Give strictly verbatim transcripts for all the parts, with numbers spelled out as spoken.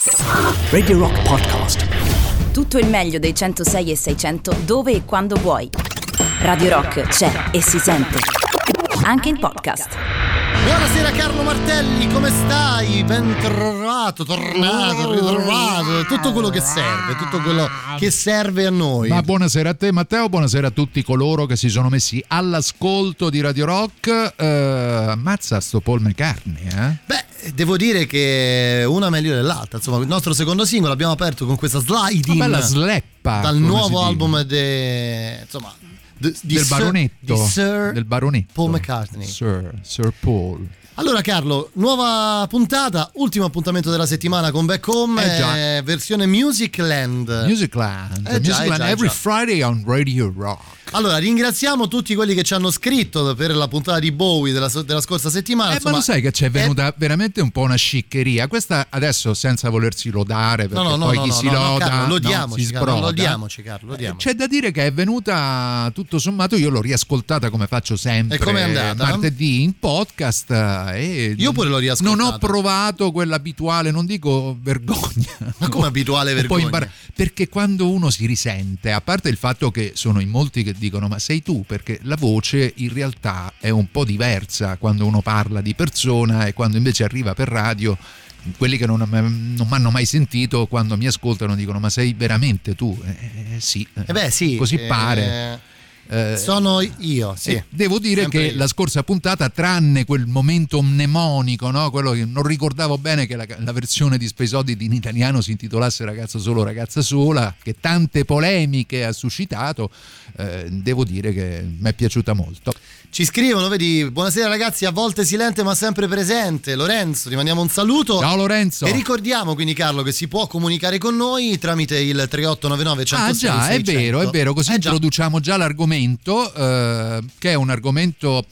Radio Rock Podcast. Tutto il meglio dei centosei e seicento dove e quando vuoi. Radio Rock c'è e si sente anche in podcast. Buonasera Carlo Martelli, come stai? Ben trovato, tornato, ritrovato, tutto quello che serve, tutto quello che serve a noi. Ma buonasera a te Matteo, buonasera a tutti coloro che si sono messi all'ascolto di Radio Rock. Uh, ammazza sto Paul McCartney, eh? Beh, devo dire che una meglio dell'altra, insomma, il nostro secondo singolo abbiamo aperto con questa sliding. Una bella sleppa dal nuovo album de, insomma, de, di del Sir, baronetto, di Sir del baronetto Paul McCartney. Sir, Sir Paul. Allora Carlo, nuova puntata, ultimo appuntamento della settimana con Back Home, eh già. eh, versione Musicland. Musicland, eh già, Musicland eh già, every già. Friday on Radio Rock. Allora, ringraziamo tutti quelli che ci hanno scritto per la puntata di Bowie della, della scorsa settimana. Eh, insomma, ma lo sai che c'è venuta è... veramente un po' una sciccheria. Questa adesso senza volersi lodare, perché no, no, no, poi no, chi no, si no, loda Carlo, no, lodiamoci, si Carlo, sbroda. lodiamoci, Carlo, lodiamoci. C'è da dire che è venuta tutto sommato, io l'ho riascoltata come faccio sempre. E com'è andata? Martedì in podcast e io pure l'ho riascoltata. Non ho provato quell'abituale, non dico vergogna. Ma come abituale vergogna? Imbar- perché quando uno si risente, a parte il fatto che sono in molti che dicono ma sei tu, perché la voce in realtà è un po' diversa quando uno parla di persona e quando invece arriva per radio. Quelli che non, non mi hanno mai sentito, quando mi ascoltano dicono ma sei veramente tu? Eh, sì, eh beh, sì, così eh, pare. Eh, sono io, sì. Eh, devo dire Sempre che io. La scorsa puntata, tranne quel momento mnemonico, no? Quello che non ricordavo bene, che la, la versione di Space Oddity in italiano si intitolasse Ragazzo solo, ragazza sola, che tante polemiche ha suscitato, eh, devo dire che mi è piaciuta molto. Ci scrivono, vedi, buonasera ragazzi, a volte silente ma sempre presente. Lorenzo, ti mandiamo un saluto. Ciao Lorenzo. E ricordiamo quindi Carlo che si può comunicare con noi tramite il tre otto nove nove uno zero sei Ah già, è seicento. vero, è vero, così eh, introduciamo già l'argomento, eh, che è un argomento...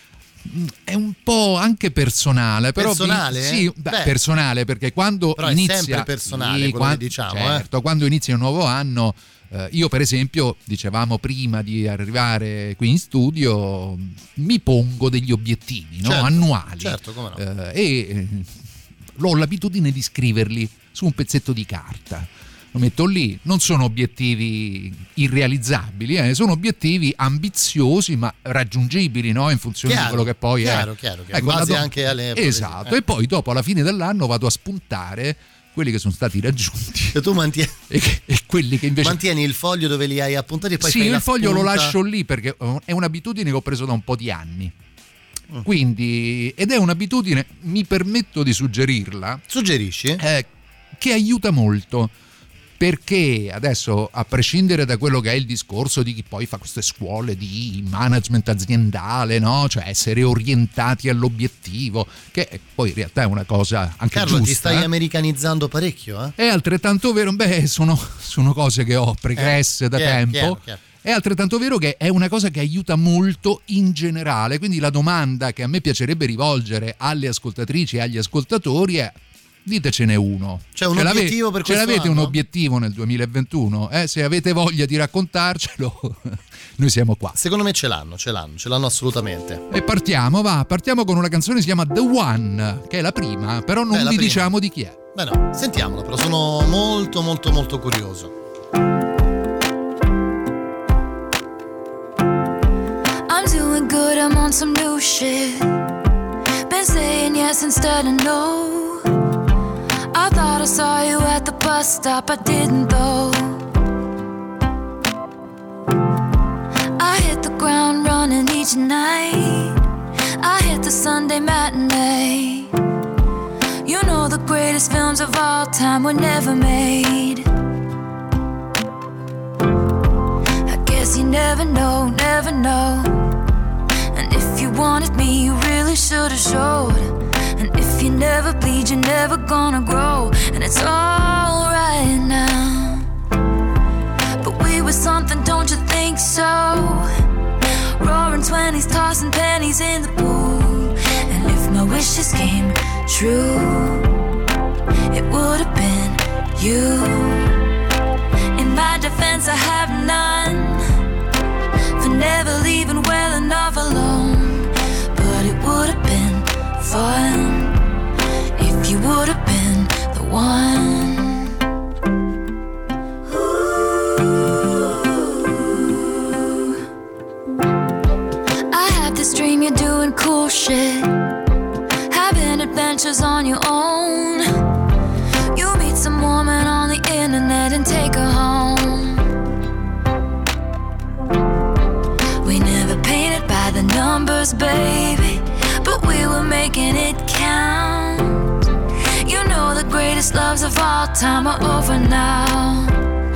è un po' anche personale, però personale? vi, sì, beh, Beh, personale, perché quando però inizia è sempre personale, sì, quello quando, che diciamo, certo, eh. quando inizia un nuovo anno, eh, io per esempio, dicevamo prima di arrivare qui in studio, mi pongo degli obiettivi, no? Certo, annuali, certo, come no. eh, e eh, ho l'abitudine di scriverli su un pezzetto di carta. Lo metto lì, non sono obiettivi irrealizzabili, eh, sono obiettivi ambiziosi ma raggiungibili, no? In funzione Chiaro, di quello che poi chiaro, è. chiaro, chiaro. Ecco, In base do- anche alle esatto, eh. e poi dopo alla fine dell'anno vado a spuntare quelli che sono stati raggiunti E tu mantieni, e, che- e quelli che invece mantieni il foglio dove li hai appuntati e poi sì, fai la il foglio lo spunta. lascio lì perché è un'abitudine che ho preso da un po' di anni. Quindi, ed è un'abitudine, mi permetto di suggerirla, Suggerisci? eh, che aiuta molto. Perché adesso, a prescindere da quello che è il discorso di chi poi fa queste scuole di management aziendale, no? Cioè essere orientati all'obiettivo, che poi in realtà è una cosa anche Carlo, giusta. ti stai eh? americanizzando parecchio, eh? È altrettanto vero, beh, sono, sono cose che ho pregresse Eh, da chiaro, tempo. chiaro, chiaro. È altrettanto vero che è una cosa che aiuta molto in generale, quindi la domanda che a me piacerebbe rivolgere alle ascoltatrici e agli ascoltatori è: ditecene uno. C'è un Ce l'ave- obiettivo per ce questo l'avete anno? un obiettivo nel duemilaventuno? Eh? Se avete voglia di raccontarcelo, noi siamo qua. Secondo me ce l'hanno, ce l'hanno, ce l'hanno assolutamente. E partiamo, va, partiamo con una canzone che si chiama The One, che è la prima, però non Beh, la vi prima. diciamo di chi è. Beh no, sentiamola, però sono molto molto molto curioso. I'm doing good, I'm on some new shit. Been saying yes instead of no. I thought I saw you at the bus stop, I didn't though. I hit the ground running each night. I hit the Sunday matinee. You know the greatest films of all time were never made. I guess you never know, never know. And if you wanted me, you really should have showed. And if you never bleed, you're never gonna grow. And it's all right now. But we were something, don't you think so? Roaring twenties, tossing pennies in the pool. And if my wishes came true, it would have been you. In my defense, I have none for never leaving well enough alone. But it would have been fun if you would have been the one. greatest loves of all time are over now.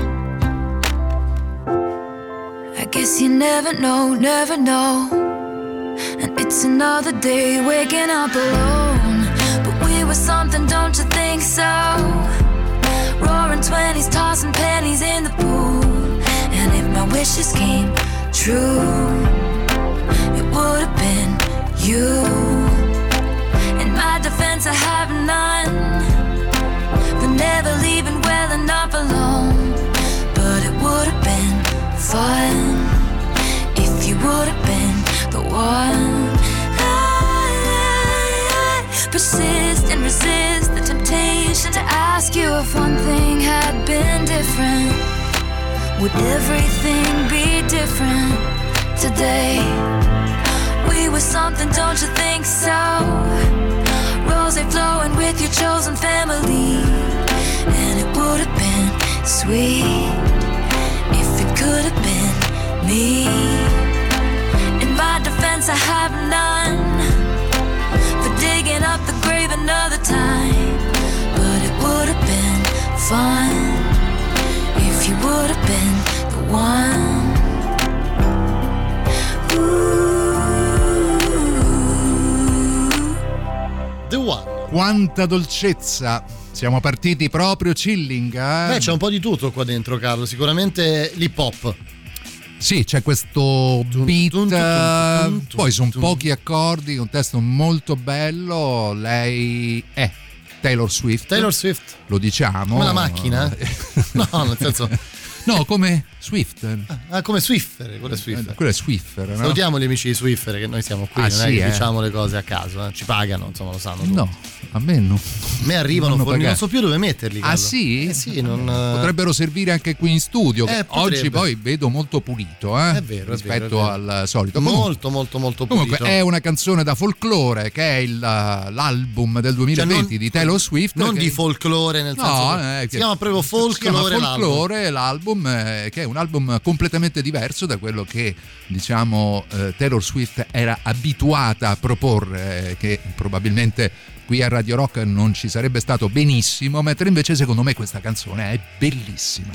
I guess you never know, never know. And it's another day waking up alone. But we were something, don't you think so? Roaring twenties, tossing pennies in the pool. And if my wishes came true, it would have been you. In my defense, I have none for never leaving well enough alone. But it would have been fun if you would have been the one. I, I, I persist and resist the temptation to ask you if one thing had been different. Would everything be different today? We were something, don't you think so? Rosé flowing with your chosen family. And it would have been sweet if it could have been me. In my defense, I have none for digging up the grave another time. But it would have been fun if you would have been the one. The One. Quanta dolcezza! Siamo partiti proprio chilling, eh? Beh, c'è un po' di tutto qua dentro, Carlo. Sicuramente l'hip hop. Sì, c'è questo beat, tun, tun, tun, tun, tun, poi sono tun. pochi accordi, un testo molto bello. Lei è Taylor Swift. Taylor Swift. Lo diciamo. Come la macchina? No, nel senso... No, come Swift. Ah, come Swiffer, quello è Swiffer. Eh, quello è Swiffer, no? Salutiamo gli amici di Swiffer, che noi siamo qui, Ah, non è sì, che eh. diciamo le cose a caso, eh. Ci pagano, insomma, lo sanno tutti. No, a me no. A me arrivano Non hanno forni, non pagato. so più dove metterli. Ah Carlo. sì? Eh sì, non... Potrebbero servire anche qui in studio, che Eh, potrebbe. oggi poi vedo molto pulito, eh? È vero, è rispetto vero, è vero. al solito. Comunque, Molto, molto, molto pulito. comunque è una canzone da folklore, che è il, l'album del duemilaventi Cioè, non- di Taylor Swift. Non che- di folklore, nel No, senso che eh, si che- chiama proprio si chiama folklore, l'album. Folklore l'album, eh, che è un album completamente diverso da quello che, diciamo, eh, Taylor Swift era abituata a proporre, eh, che probabilmente qui a Radio Rock non ci sarebbe stato benissimo, mentre invece secondo me questa canzone è bellissima.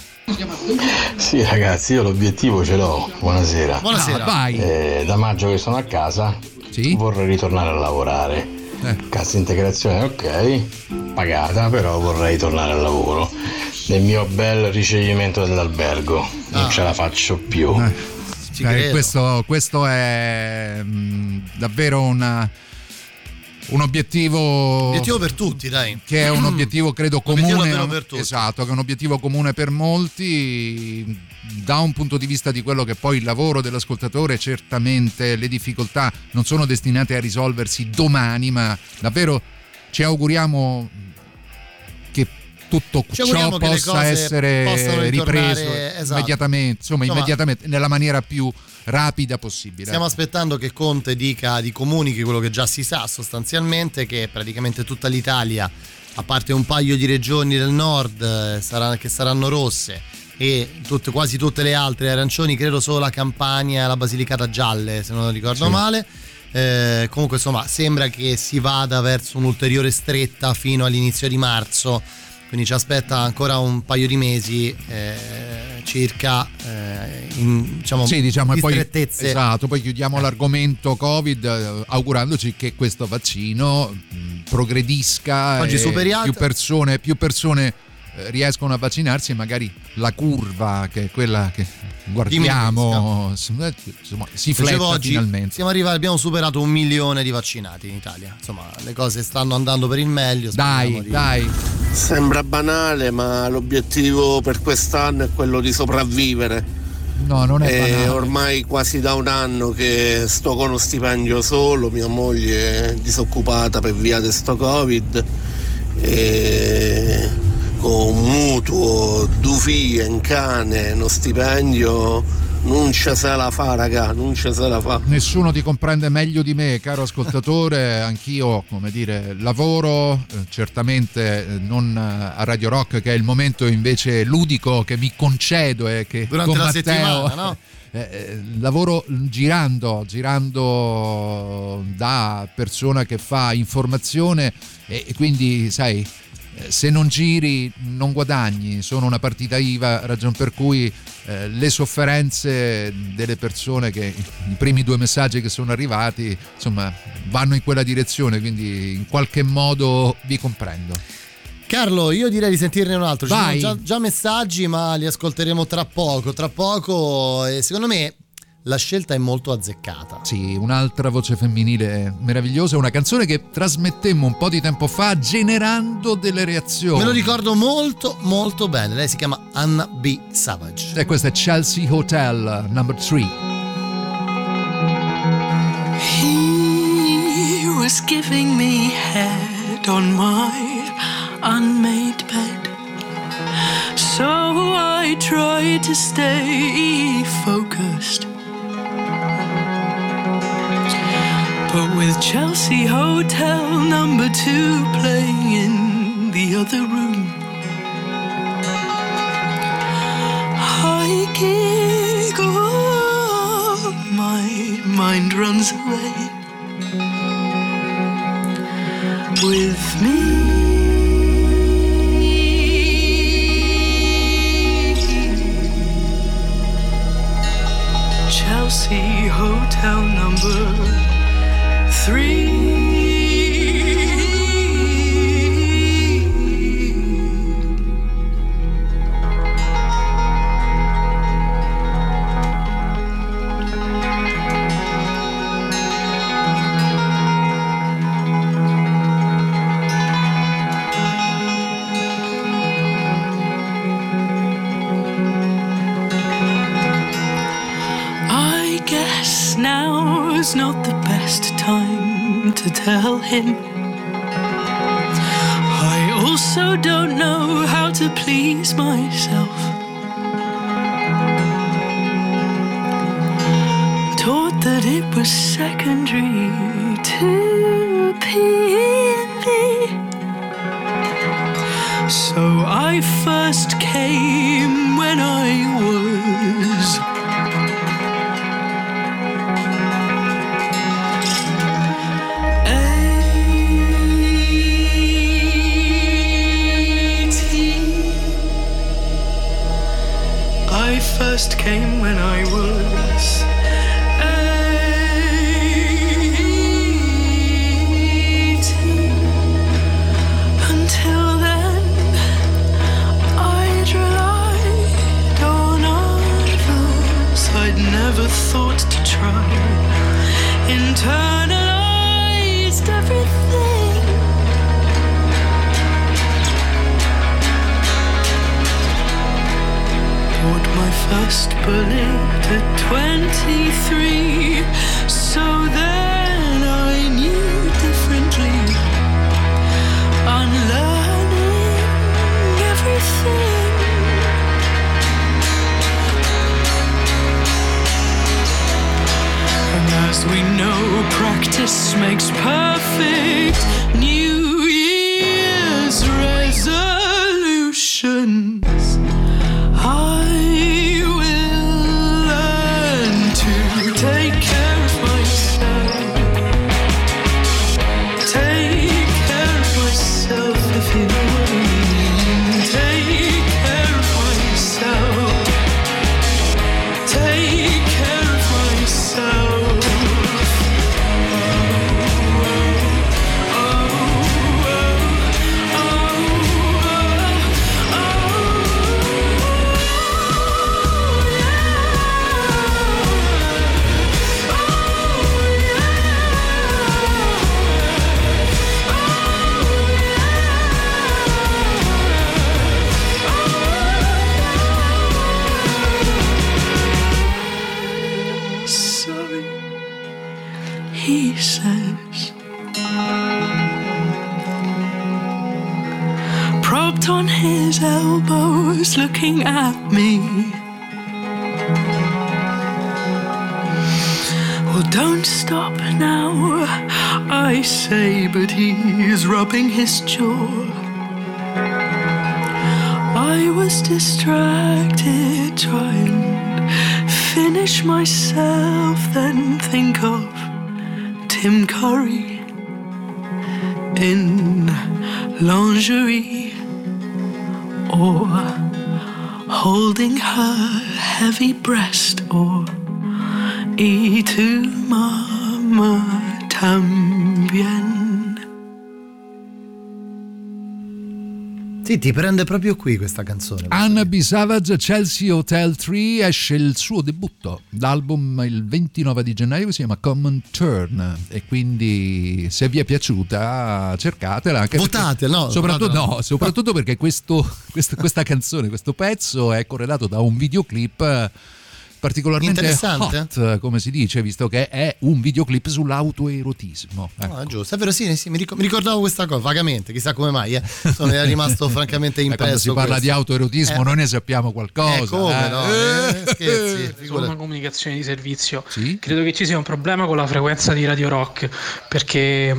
Sì ragazzi, io l'obiettivo ce l'ho. Buonasera. Buonasera. Ah, vai. Eh, da maggio che sono a casa, Sì? vorrei ritornare a lavorare. Eh. Cassa integrazione ok, pagata, però vorrei tornare al lavoro. Nel mio bel ricevimento dell'albergo. Non Ah. ce la faccio più. Eh. Ci Eh, credo. questo, questo è mh, davvero una, un obiettivo, Obiettivo per tutti, dai. che è un obiettivo credo Obiettivo comune, davvero per tutti. esatto, che è un obiettivo comune per molti. Da un punto di vista di quello che poi il lavoro dell'ascoltatore, certamente le difficoltà non sono destinate a risolversi domani, ma davvero ci auguriamo che tutto Ci auguriamo ciò che le possa cose essere possano ritornare, ripreso esatto. immediatamente, insomma, Insomma, immediatamente nella maniera più rapida possibile. Stiamo aspettando che Conte dica, di comunichi quello che già si sa sostanzialmente, che praticamente tutta l'Italia, a parte un paio di regioni del nord eh, sarà, che saranno rosse, e tutte, quasi tutte le altre arancioni, credo solo la Campania e la Basilicata gialle, se non ricordo Sì. male. Eh, comunque insomma sembra che si vada verso un'ulteriore stretta fino all'inizio di marzo, quindi ci aspetta ancora un paio di mesi eh, circa eh, in, diciamo, Sì, diciamo, di e poi, strettezze. esatto, poi chiudiamo l'argomento Covid eh, augurandoci che questo vaccino mh, progredisca Oggi e superiate. più persone, più persone eh, riescono a vaccinarsi e magari la curva, che è quella che guardiamo, insomma, si Dicevo, fletta oggi finalmente. siamo arrivati, abbiamo superato un milione di vaccinati in Italia. Insomma, le cose stanno andando per il meglio. Dai, speriamo di- dai. Sembra banale, ma l'obiettivo per quest'anno è quello di sopravvivere. No, non è È banale. ormai quasi da un anno che sto con uno stipendio solo, mia moglie è disoccupata per via di sto Covid, e con un mutuo, due figlie, un cane, uno stipendio, non ce se la fa, raga, non ce se la fa. Nessuno ti comprende meglio di me, caro ascoltatore. Anch'io, come dire, lavoro, eh, certamente eh, non eh, a Radio Rock, che è il momento invece ludico che mi concedo e che Durante con la Matteo, settimana, no? eh, eh, lavoro girando, girando da persona che fa informazione e, e quindi, sai, se non giri non guadagni, sono una partita I V A, ragion per cui eh, le sofferenze delle persone, che i primi due messaggi che sono arrivati insomma vanno in quella direzione, quindi in qualche modo vi comprendo. Carlo, io direi di sentirne un altro. Ci Vai. sono già, già messaggi, ma li ascolteremo tra poco. Tra poco, e secondo me la scelta è molto azzeccata. Sì, un'altra voce femminile meravigliosa, una canzone che trasmettemmo un po' di tempo fa generando delle reazioni. Me lo ricordo molto molto bene. Lei si chiama Anna B. Savage. E questa è Chelsea Hotel number three. He was giving me head on my unmade bed, so I tried to stay focused, but with Chelsea Hotel number two playing in the other room, I giggle, my mind runs away with me. Chelsea Hotel number three. Now's not the best time to tell him. I also don't know how to please myself. Taught that it was secondary to P and V, so I first came when I was first came when I was eighteen. Until then, I'd relied on others. I'd never thought to try. Internalized everything. Bought my first bullet at twenty-three, so then I knew differently, unlearning everything. And as we know, practice makes perfect. New Year's resolutions, I will learn to take care of myself. Take care of myself, if you know what I mean. Take care of myself. Take care of myself. Oh, oh, oh, oh, oh, oh, sorry, he says, propped on his elbows, looking at me. Well, don't stop now, I say, but he's rubbing his jaw. I was distracted, trying finish myself, then think of Tim Curry in lingerie. or holding her heavy breast, or y tu mamá también. Sì, ti prende proprio qui questa canzone. Anna B. Savage, Chelsea Hotel tre, esce il suo debutto, l'album il ventinove di gennaio, si chiama Common Turn, e quindi se vi è piaciuta cercatela, anche votate, no? Soprattutto, votate, no. no, soprattutto perché questo, questa, questa canzone, questo pezzo è corredato da un videoclip particolarmente interessante, hot, come si dice, visto che è un videoclip sull'autoerotismo. Ecco. No, è giusto, è vero, sì, sì, mi, ric- mi ricordavo questa cosa vagamente, chissà come mai, eh. Sono rimasto francamente impresso. Quando si parla questo. di autoerotismo eh, noi ne sappiamo qualcosa. Eh, come eh. no? Eh, scherzi. Solo una comunicazione di servizio. Sì? Credo che ci sia un problema con la frequenza di Radio Rock, perché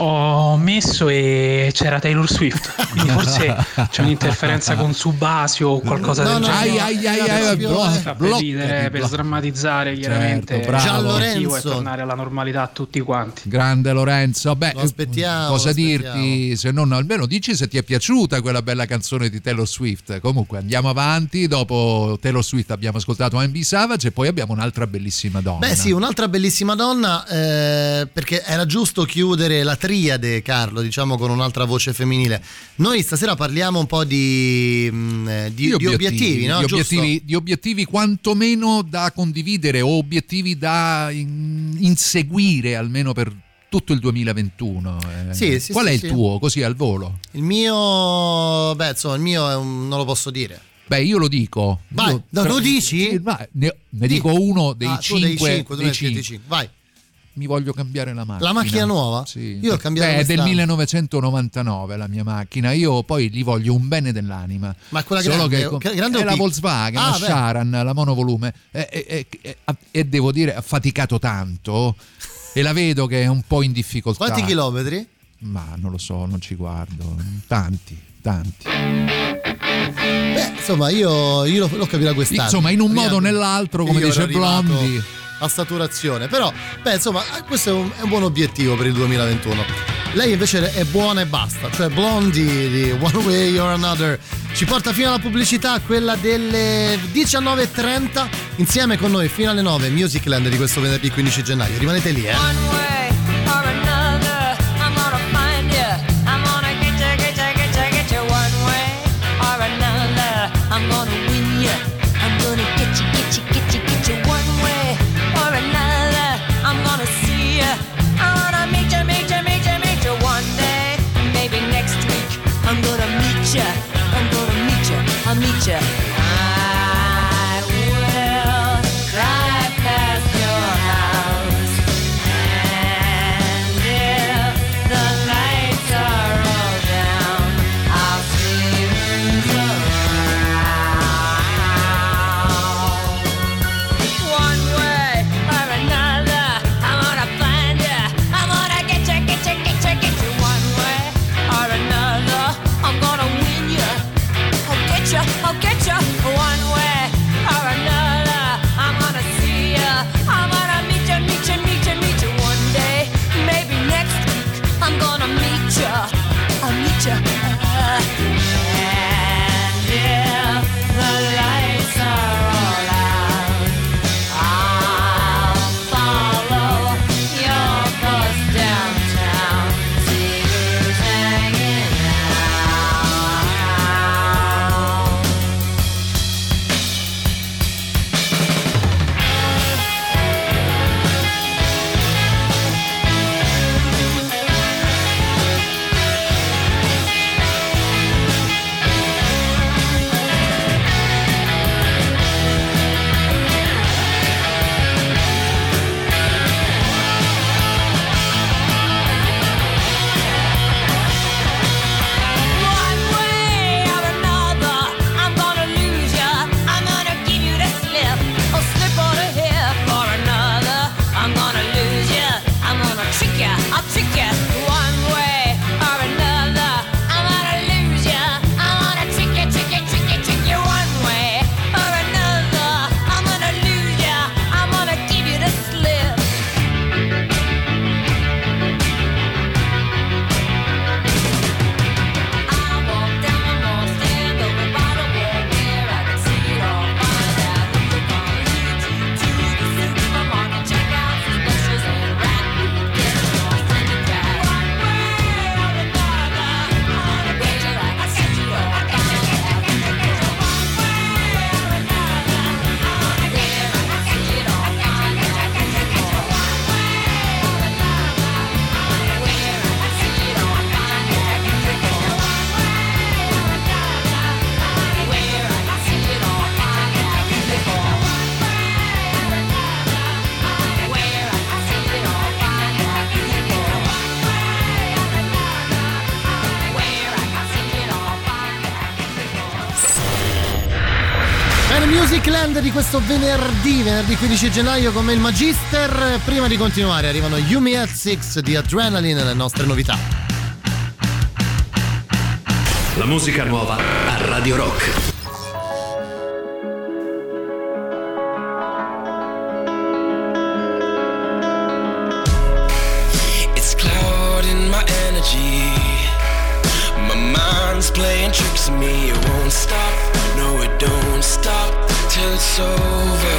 ho messo e c'era Taylor Swift, quindi forse c'è un'interferenza con Subasio o qualcosa no, del no, genere. ai, ai, ai, ai, Fa per ridere, per sdrammatizzare chiaramente. Certo, bravo. Gian L'obiettivo è Lorenzo, tornare alla normalità a tutti quanti. Grande Lorenzo, beh, Lo aspettiamo, cosa lo dirti, aspettiamo. se non almeno dici se ti è piaciuta quella bella canzone di Taylor Swift. Comunque andiamo avanti, dopo Taylor Swift abbiamo ascoltato Anna B. Savage e poi abbiamo un'altra bellissima donna. Beh sì, un'altra bellissima donna, eh, perché era giusto chiudere la triade, Carlo, diciamo, con un'altra voce femminile. Noi stasera parliamo un po' di, mh, di, Di di obiettivi, no? di Giusto? obiettivi, di obiettivi quantomeno da condividere o obiettivi da in- inseguire almeno per tutto il duemilaventuno. Eh, Sì, sì, Qual sì, è sì. il tuo, così al volo? Il mio, beh, insomma, il mio è un, non lo posso dire. Beh, io lo dico. Vai, Io- no, lo dici? Sì, ma ne, ne dico uno dei Ah, tu cinque. dei cinque, tu dei ne scrivi cinque. cinque. Vai. Mi voglio cambiare la macchina. La macchina nuova? Sì. Io ho cambiato Beh, è del quest'anno. millenovecentonovantanove la mia macchina. Io poi gli voglio un bene dell'anima. Ma quella Solo grande, che che- grande o è la pic- Volkswagen, Ah, la beh. Charan, la monovolume. E, e- e- e- e devo dire, ha faticato tanto. E la vedo che è un po' in difficoltà. Quanti chilometri? Ma non lo so, non ci guardo. Tanti, tanti. Beh, insomma, io, io lo, lo capirò quest'anno. Insomma, in un modo o Io- nell'altro, come io ero dice arrivato Blondie. a saturazione. Però, beh, insomma, questo è un, è un buon obiettivo per il duemilaventuno. Lei invece è buona e basta. Cioè, Blondie di One Way or Another ci porta fino alla pubblicità, quella delle diciannove e trenta. Insieme con noi fino alle nove, Musicland di questo venerdì quindici gennaio. Rimanete lì, eh. One way or another, I'm gonna find you. I'm gonna get you, get you, get you, get you. One way or another, I'm gonna win you. I'm gonna get you, get you, get you, get you. One way or another, I'm gonna see you. I wanna meet you, meet you, meet you, meet you. One day, maybe next week, I'm gonna meet you. I'm gonna meet you, I'll meet you. I will drive past your house, and if the lights are all down, I'll see who's around. One way or another, I'm gonna find you. I'm gonna get you, get you, get you, get you. One way or another, I'm gonna win you. I'll get you, I'll get you. One way or another, I'm gonna see you. I'm gonna meet you, meet you, meet you, meet you. One day, maybe next week, I'm gonna meet you. I'll meet you. Uh, and if the lights are all out, I'll follow your bus downtown. See who's hanging out. Bene, Musicland di questo venerdì, venerdì quindici gennaio con me il Magister. Prima di continuare arrivano Yumi at Six di Adrenaline, le nostre novità. La musica nuova a Radio Rock. My mind's playing tricks on me, it won't stop. No, it don't stop till it's over.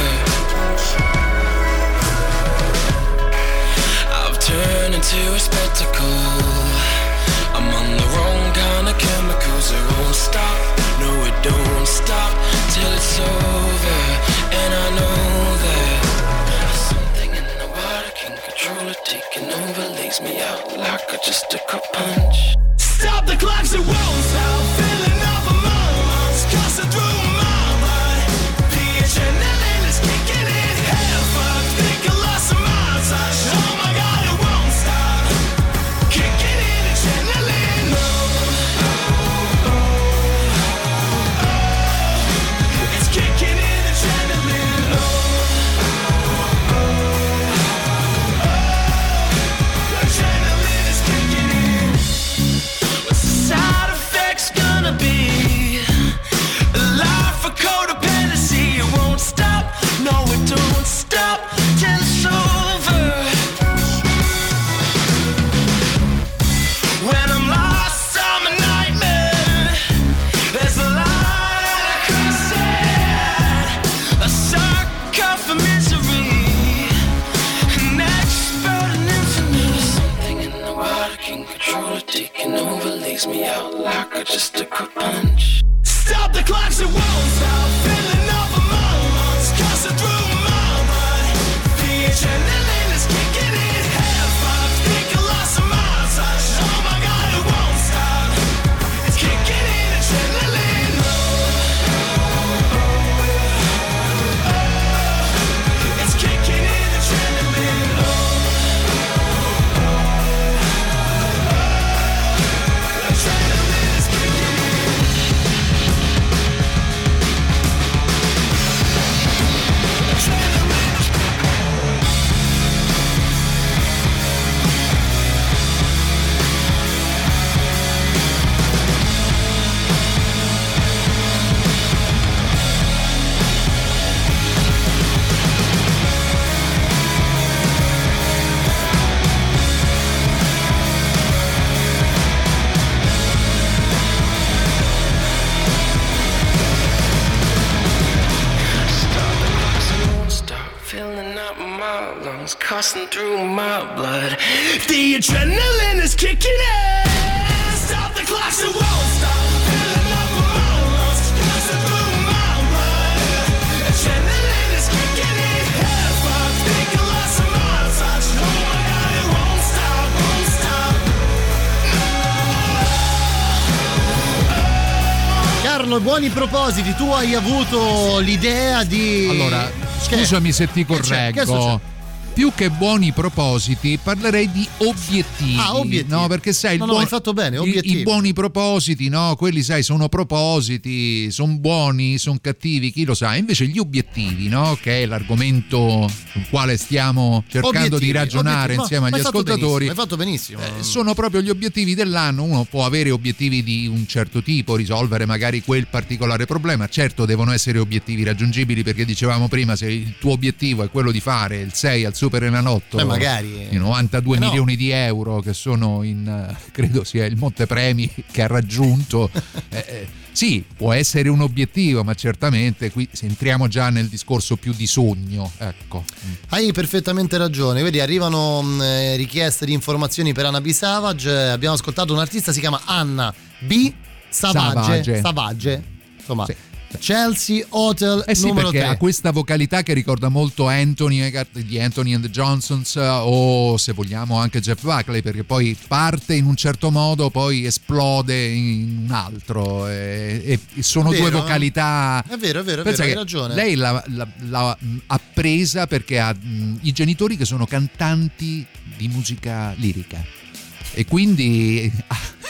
I've turned into a spectacle. I'm on the wrong kind of chemicals. It won't stop. No, it don't stop till it's over. And I know that something in the water can control it, taking over, lays me out like I just took a punch. Stop the clocks, it won't stop. Filling up my lungs, coursing through my blood. The adrenaline is kicking in. Hell, fuck, think I lost my touch. Oh my God, it won't stop. Kicking in adrenaline. Oh, oh, oh, oh. It's kicking in adrenaline. Oh, oh, oh, oh. Adrenaline is kicking in. Side effects gonna be a life of codependency. It won't stop, no it don't stop till it's over. When I'm lost, I'm a nightmare. There's a line across it, a sucker for misery, an expert in infinite. Something in the water can control it, taking over, lays me out like I just took a punch. Stop the clocks, it won't stop. Filling up my lungs, coursing through my blood. The adrenaline is kicking in. Hell, fuck, think I lost my touch. Oh my God, it won't stop. It's kicking in adrenaline. Oh, oh, oh, oh. It's kicking in adrenaline. Oh, oh, oh. Adrenaline is kicking in. Filling up my lungs, coursing through my blood. The adrenaline is kicking in. Stop the clocks, it won't stop. Filling up my lungs, coursing through my blood. Adrenaline is kicking in. Hell, fuck, think I lost my touch. Oh my God, it won't stop, won't stop. Carlo, buoni propositi, tu hai avuto l'idea di... Allora, scusami se ti correggo. Più che buoni propositi parlerei di obiettivi. Ah, obiettivi. No, perché sai, il no, no, buon- hai fatto bene, i, obiettivi. i buoni propositi, no, quelli sai sono propositi, sono buoni, sono cattivi, chi lo sa. Invece gli obiettivi, no, che è l'argomento sul quale stiamo cercando Obiettivi, di ragionare obiettivi. insieme Ma agli hai fatto ascoltatori. benissimo, hai fatto benissimo. Eh, sono proprio gli obiettivi dell'anno. Uno può avere obiettivi di un certo tipo, risolvere magari quel particolare problema. Certo, devono essere obiettivi raggiungibili, perché dicevamo prima, se il tuo obiettivo è quello di fare il sei al Super Enalotto, Beh, magari i novantadue eh no. milioni di euro che sono in, credo sia il montepremi che ha raggiunto, eh, eh, sì, può essere un obiettivo, ma certamente qui entriamo già nel discorso più di sogno, ecco. Hai perfettamente ragione. Vedi, arrivano mh, richieste di informazioni per Anna B. Savage. Abbiamo ascoltato un artista, si chiama Anna B. Savage. Savage. Savage. Insomma, Sì. Chelsea Hotel Eh sì, numero perché tre. ha questa vocalità che ricorda molto Anthony Eggert di Anthony and the Johnsons, o se vogliamo anche Jeff Buckley, perché poi parte in un certo modo, poi esplode in un altro, e, e sono Vero, due vocalità. È vero, è vero, è Pensa vero, hai che ragione. Lei l'ha, l'ha- l'ha appresa perché ha mh, i genitori che sono cantanti di musica lirica, e quindi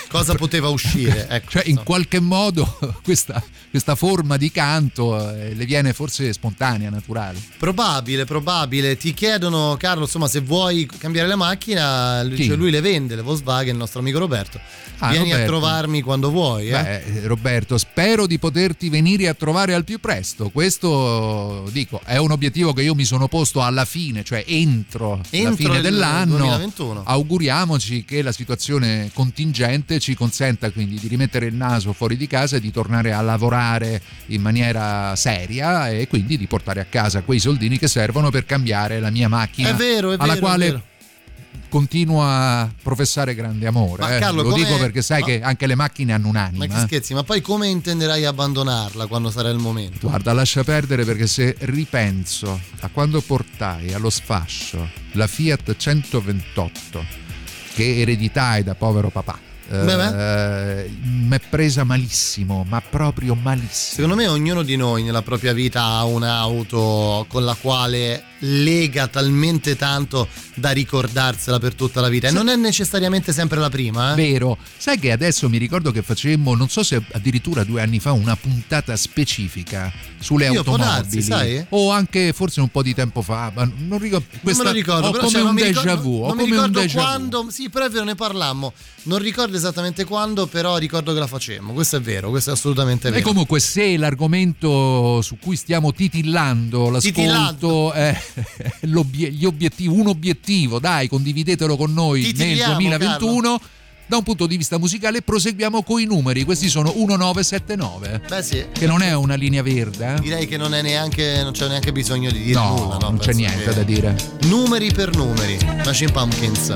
cosa poteva uscire. Ecco, cioè in qualche modo questa, questa forma di canto eh, le viene forse spontanea, naturale. Probabile, probabile. Ti chiedono, Carlo, insomma, se vuoi cambiare la macchina, lui, Chi? cioè lui le vende, le Volkswagen, il nostro amico Roberto. Ah, Vieni Roberto. a trovarmi quando vuoi. Eh? Beh, Roberto, spero di poterti venire a trovare al più presto. Questo, dico, è un obiettivo che io mi sono posto alla fine, cioè entro, Entro la fine il dell'anno. duemilaventuno. Auguriamoci che la situazione contingente ci consenta quindi di rimettere il naso fuori di casa e di tornare a lavorare in maniera seria e quindi di portare a casa quei soldini che servono per cambiare la mia macchina, È vero, è alla vero, quale è vero. continuo a professare grande amore. Ma eh. Carlo, Lo come- dico perché sai ma- che anche le macchine hanno un'anima. Ma che eh. scherzi, ma poi come intenderai abbandonarla quando sarà il momento? Guarda, lascia perdere, perché se ripenso a quando portai allo sfascio la Fiat centoventotto che ereditai da povero papà, eh, mi è presa malissimo, ma proprio malissimo. Secondo me ognuno di noi nella propria vita ha un'auto con la quale lega talmente tanto da ricordarsela per tutta la vita, e non è necessariamente sempre la prima, eh? Vero, sai che adesso mi ricordo che facemmo, non so se addirittura due anni fa, una puntata specifica sulle Io, può automobili, darsi, sai? o anche forse un po' di tempo fa, ma non ricordo, questa, non me lo ricordo, ho però, come cioè, un non mi déjà ricordo- vu, ho non mi come un ricordo déjà vu. quando, sì, però è vero, ne parlammo, non ricordo esattamente quando, però ricordo che la facemmo, questo è vero, questo è assolutamente E vero. comunque, se l'argomento su cui stiamo titillando l'ascolto è l'obiettivo, gli obiettivi, un obiettivo, dai, condividetelo con noi nel Titilliamo, duemilaventuno. Da un punto di vista musicale proseguiamo coi numeri, questi sono millenovecentosettantanove, Beh sì, che non è una linea verde, eh? direi che non è neanche, non c'è neanche bisogno di dire No, nulla, no? non c'è Penso niente che- da dire. Numeri per numeri, Smashing Pumpkins.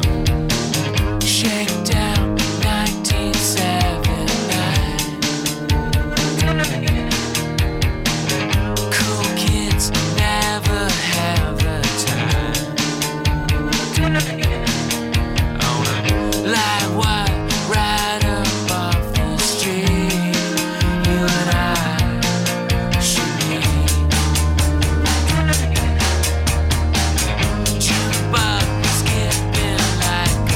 Shakedown nineteen seventy-nine. Cool kids never have a time. On a light wire right up off the street, you and I should meet. Jukebox skipping like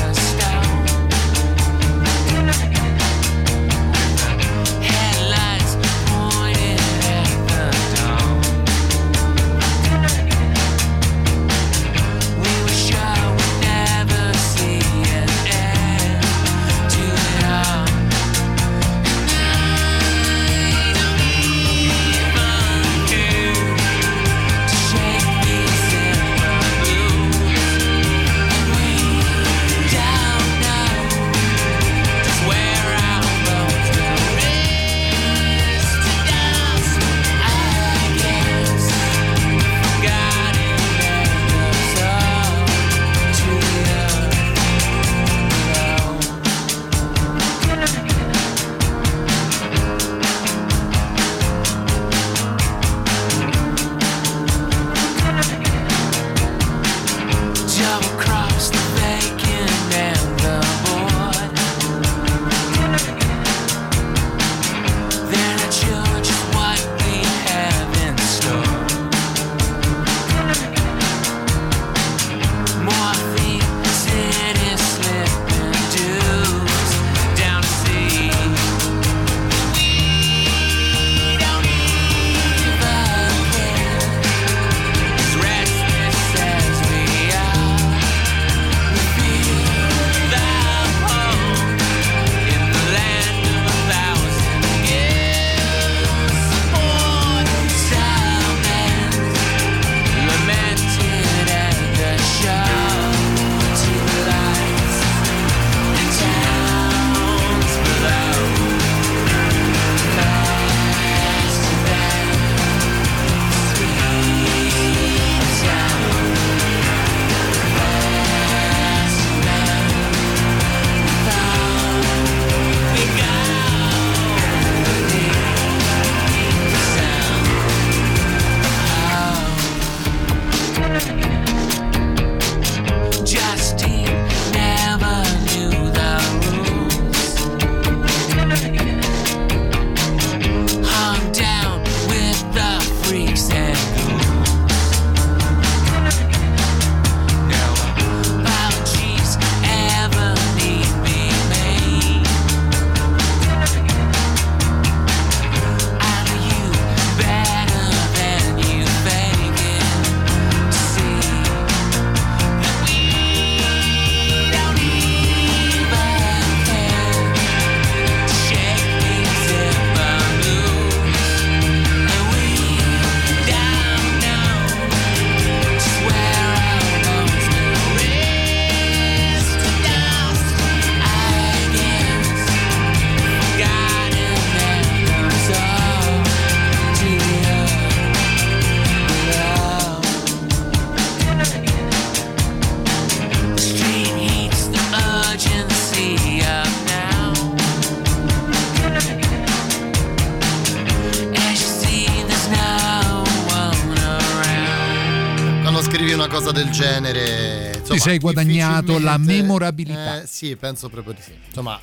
cosa del genere. Insomma, ti sei guadagnato la memorabilità. Eh, sì, penso proprio di sì. Insomma,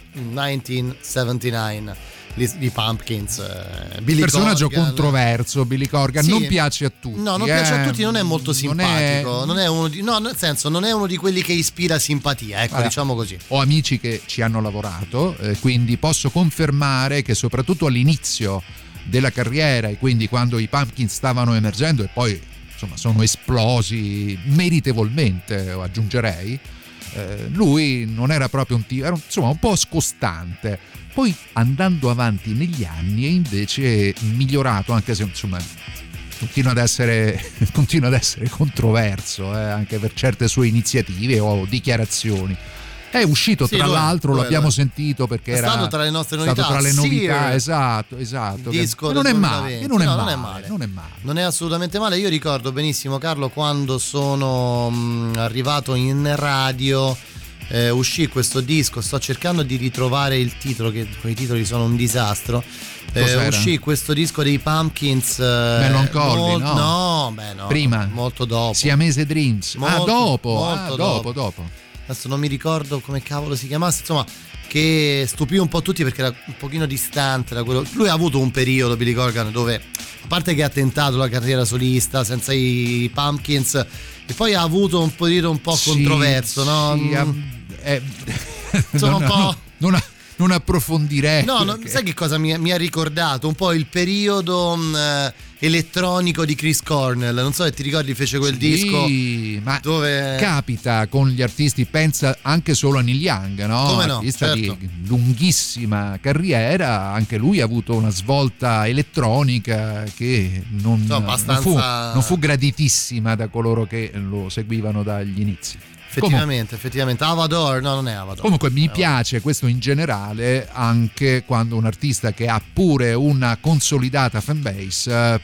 millenovecentosettantanove di, di Pumpkins, eh, Billy personaggio Corgan. controverso, Billy Corgan, Sì. non piace a tutti. No, non eh. piace a tutti, non è molto Non simpatico. è- Non è uno di, no, nel senso, non è uno di quelli che ispira simpatia, ecco, Allora, diciamo così. Ho amici che ci hanno lavorato, eh, quindi posso confermare che soprattutto all'inizio della carriera, e quindi quando i Pumpkins stavano emergendo e poi insomma sono esplosi meritevolmente, aggiungerei, eh, lui non era proprio un tipo, era un- insomma un po' scostante. Poi andando avanti negli anni è invece migliorato, anche se insomma continua ad essere, continua ad essere controverso, eh, anche per certe sue iniziative o dichiarazioni. È uscito, Sì, tra lo è, l'altro, lo è, l'abbiamo lo è. sentito perché È era stato tra le nostre stato novità. tra le novità, Sear, esatto, esatto. il che- disco che del non è male, duemilaventi. che non è No, male, non è male. non è male. Non è assolutamente male. Io ricordo benissimo, Carlo, quando sono mh, arrivato in radio, eh, uscì questo disco. Sto cercando di ritrovare il titolo, che quei titoli sono un disastro. Eh, Cos'era? uscì questo disco dei Pumpkins, eh, Melancholy, molt- no? no, beh, no, Prima? molto dopo. Siamese Dreams. ah, Molto, dopo, molto ah, dopo, dopo. dopo. Adesso non mi ricordo come cavolo si chiamasse, insomma, che stupì un po' tutti perché era un pochino distante da quello. Lui ha avuto un periodo, Billy Corgan, dove a parte che ha tentato la carriera solista senza i Pumpkins, e poi ha avuto un periodo un po' Sì, controverso, no? sì, Mm, eh, Insomma, non, un po'. non, non approfondirei. No, no, perché- sai che cosa mi, mi ha ricordato? Un po' il periodo mh, eh, elettronico di Chris Cornell. Non so se ti ricordi, fece quel Sì, disco ma dove capita con gli artisti, pensa anche solo a Neil Young, no? Come no, Artista certo. di lunghissima carriera, anche lui ha avuto una svolta elettronica che non, Insomma, non fu, abbastanza- non fu graditissima da coloro che lo seguivano dagli inizi. effettivamente, effettivamente Avador, no, non è Avador. Comunque mi È Avador. piace questo in generale, anche quando un artista che ha pure una consolidata fanbase eh,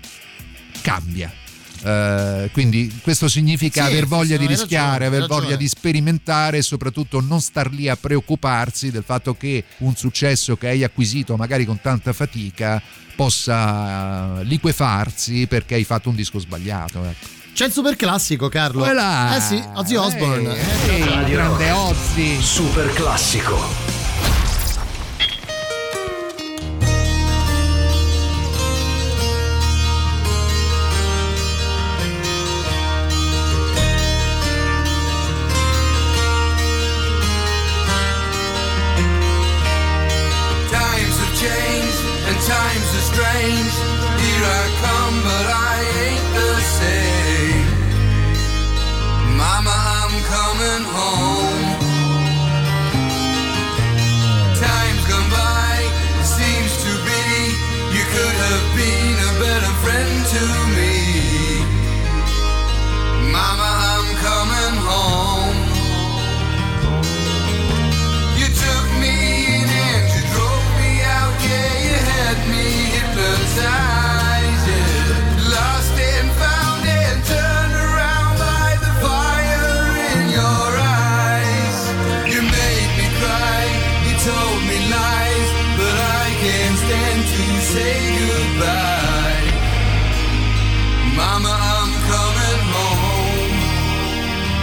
cambia. Eh, quindi questo significa Sì, aver voglia sì, di hai rischiare, ragione, hai aver ragione. voglia di sperimentare e soprattutto non star lì a preoccuparsi del fatto che un successo che hai acquisito magari con tanta fatica possa eh, liquefarsi perché hai fatto un disco sbagliato. Ecco. C'è il super classico, Carlo. Voilà. Eh sì, Ozzy Osbourne. Eh, eh, grande Ozzy. Super classico. Times have changed and times are strange. Here I come, but I ain't the same. Mama, I'm coming home. Time's gone by, it seems to be. You could have been a better friend to me. Mama, I'm coming home. You took me in and you drove me out, yeah, you had me hypnotized, yeah. Lost and found and turned around by the fire in your eyes. You made me cry, you told me lies, but I can't stand to say goodbye. Mama, I'm coming home.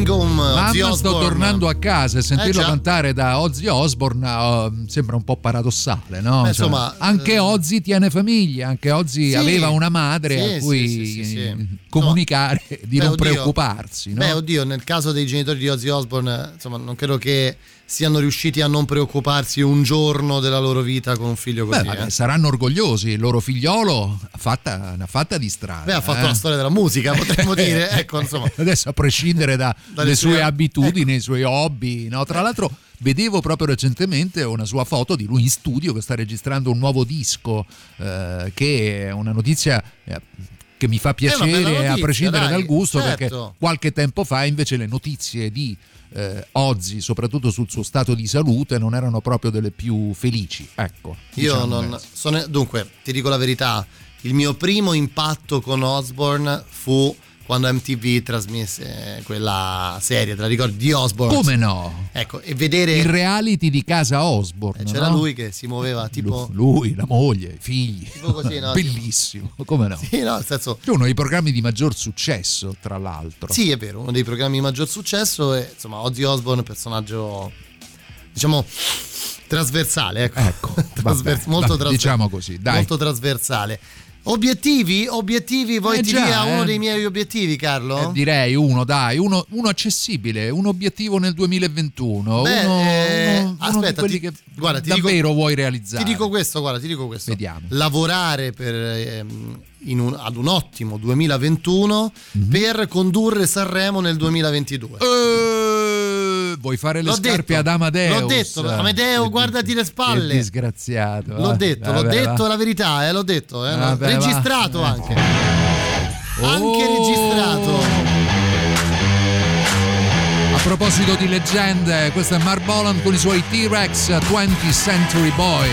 Going Home. Mamma, Ozzy sto Osbourne. tornando a casa e sentirlo Eh, già. cantare da Ozzy Osbourne oh, sembra un po' paradossale, no? Beh, Cioè, insomma, anche eh, Ozzy tiene famiglia, anche Ozzy sì, aveva una madre sì, a cui sì, sì, sì, sì. comunicare di Beh, non oddio. preoccuparsi, no? Beh, oddio, nel caso dei genitori di Ozzy Osbourne, insomma, non credo che siano riusciti a non preoccuparsi un giorno della loro vita con un figlio così. Beh, vabbè, eh. saranno orgogliosi, il loro figliolo ha fatta, ne ha fatta di strada. Beh, ha fatto eh. la storia della musica, potremmo dire, ecco, insomma. Adesso a prescindere da- Dalle dalle sue sue- abitudini, i suoi hobby, no? Tra l'altro vedevo proprio recentemente una sua foto di lui in studio che sta registrando un nuovo disco, eh, che è una notizia eh, che mi fa piacere bella notizia, a prescindere dai, dal gusto, certo. perché qualche tempo fa invece le notizie di eh, Ozzy, soprattutto sul suo stato di salute, non erano proprio delle più felici. Ecco, Io diciamo non questo. sono, dunque, ti dico la verità, il mio primo impatto con Osbourne fu quando M T V trasmise quella serie, te la ricordi, di Osbourne? Come no? Ecco, e vedere Il reality di casa Osbourne. eh, c'era no? lui che si muoveva tipo Lu- lui, la moglie, i figli. Tipo così, no? Bellissimo, come no? Sì, no, nel senso È uno dei programmi di maggior successo, tra l'altro. sì, è vero, uno dei programmi di maggior successo e insomma Ozzy Osbourne è un personaggio diciamo trasversale, ecco, Ecco, Trasver- vabbè, molto dai, trasversale. diciamo così, dai. Molto trasversale. Obiettivi? Obiettivi? Vuoi Eh ti già, dia uno eh. dei miei obiettivi, Carlo? Eh, direi uno, dai, uno, uno accessibile, un obiettivo nel duemilaventuno. Beh, uno, eh, uno- uno aspetta, di quelli ti- che guarda, ti davvero dico- vuoi realizzare. Ti dico questo, guarda, ti dico questo. Vediamo. Lavorare per, ehm, in un, ad un ottimo duemilaventuno Mhm. per condurre Sanremo nel duemilaventidue. Eh, vuoi fare le L'ho scarpe detto, ad Amadeus? l'ho detto, Amedeo, Che guardati di- le spalle. Che disgraziato. L'ho va. detto, l'ho Vabbè, detto va. la verità, eh, l'ho detto, eh, Vabbè, registrato va. anche. Oh. Anche registrato. A proposito di leggende, questo è Mark Bolan con i suoi T-Rex twentieth Century Boy.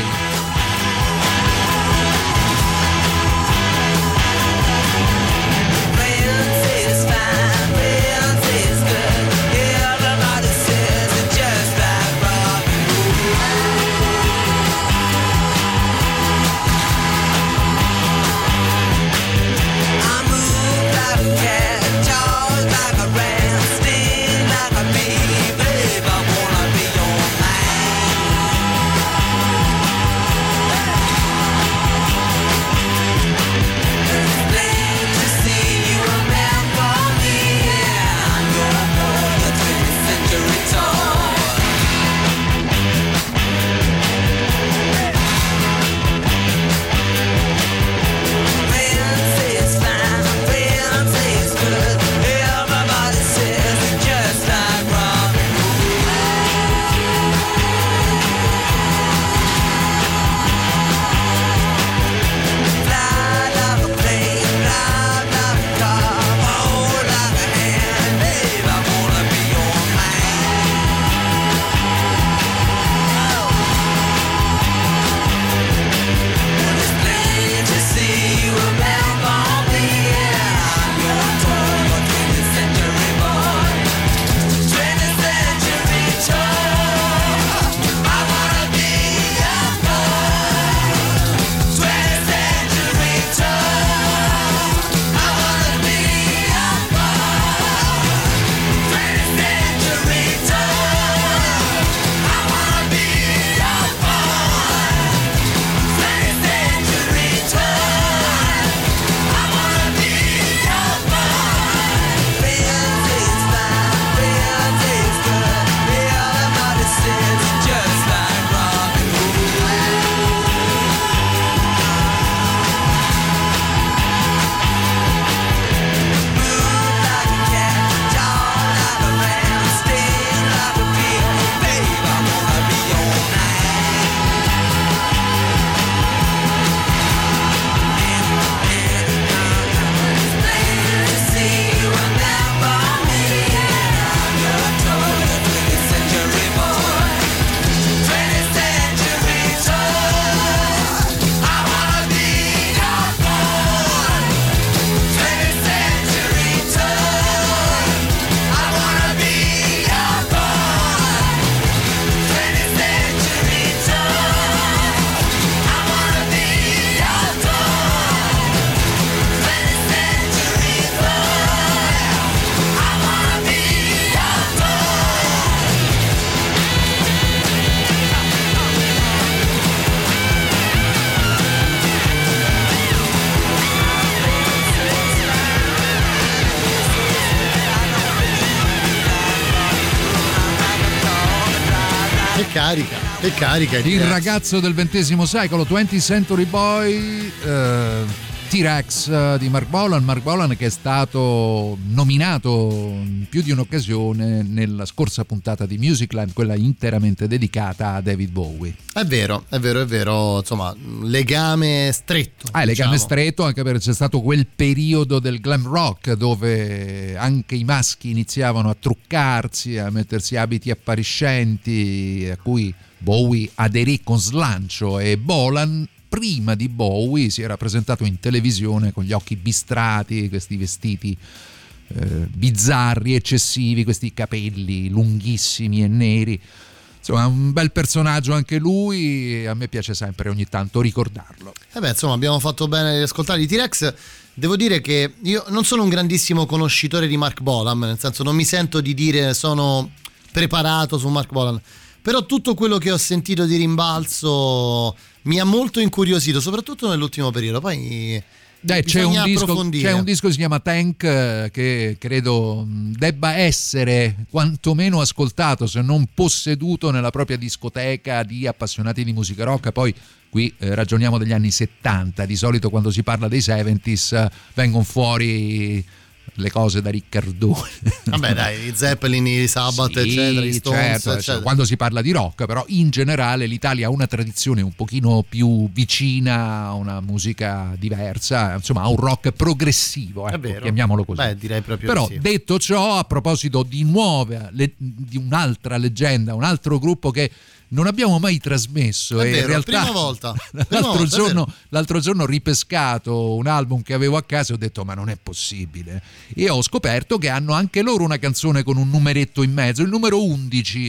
Che carica, che carica. Il ragazzo del ventesimo secolo, twentieth Century Boy, eh, T-Rex di Mark Bolan. Mark Bolan che è stato nominato in più di un'occasione nella scorsa puntata di Musicland, quella interamente dedicata a David Bowie. È vero, è vero, è vero, insomma, legame stretto. Ah, diciamo. legame stretto anche perché c'è stato quel periodo del glam rock dove anche i maschi iniziavano a truccarsi, a mettersi abiti appariscenti, a cui Bowie aderì con slancio, e Bolan prima di Bowie si era presentato in televisione con gli occhi bistrati, questi vestiti eh, bizzarri, eccessivi, questi capelli lunghissimi e neri. Insomma, un bel personaggio anche lui, a me piace sempre ogni tanto ricordarlo. Eh beh, insomma, abbiamo fatto bene ad ascoltare i T-Rex. Devo dire che io non sono un grandissimo conoscitore di Mark Bolan, nel senso non mi sento di dire sono preparato su Mark Bolan, però tutto quello che ho sentito di rimbalzo mi ha molto incuriosito, soprattutto nell'ultimo periodo. Poi Dai, c'è, un disco, c'è un disco che si chiama Tank eh, che credo debba essere quantomeno ascoltato, se non posseduto, nella propria discoteca di appassionati di musica rock. Poi qui eh, ragioniamo degli anni settanta, di solito quando si parla dei seventies eh, vengono fuori le cose da Riccardone. Vabbè dai, i Zeppelin, i Sabbath, sì, eccetera, i Stones, certo, eccetera. Quando si parla di rock, però in generale l'Italia ha una tradizione un pochino più vicina a una musica diversa, insomma a un rock progressivo, ecco, È vero. chiamiamolo così. Beh, direi proprio Però sì. detto ciò, a proposito di nuova, le, di un'altra leggenda, un altro gruppo che non abbiamo mai trasmesso, È e vero, in realtà prima volta. Prima l'altro, volta, è giorno, vero. l'altro giorno ho ripescato un album che avevo a casa e ho detto ma non è possibile, e ho scoperto che hanno anche loro una canzone con un numeretto in mezzo, il numero undici,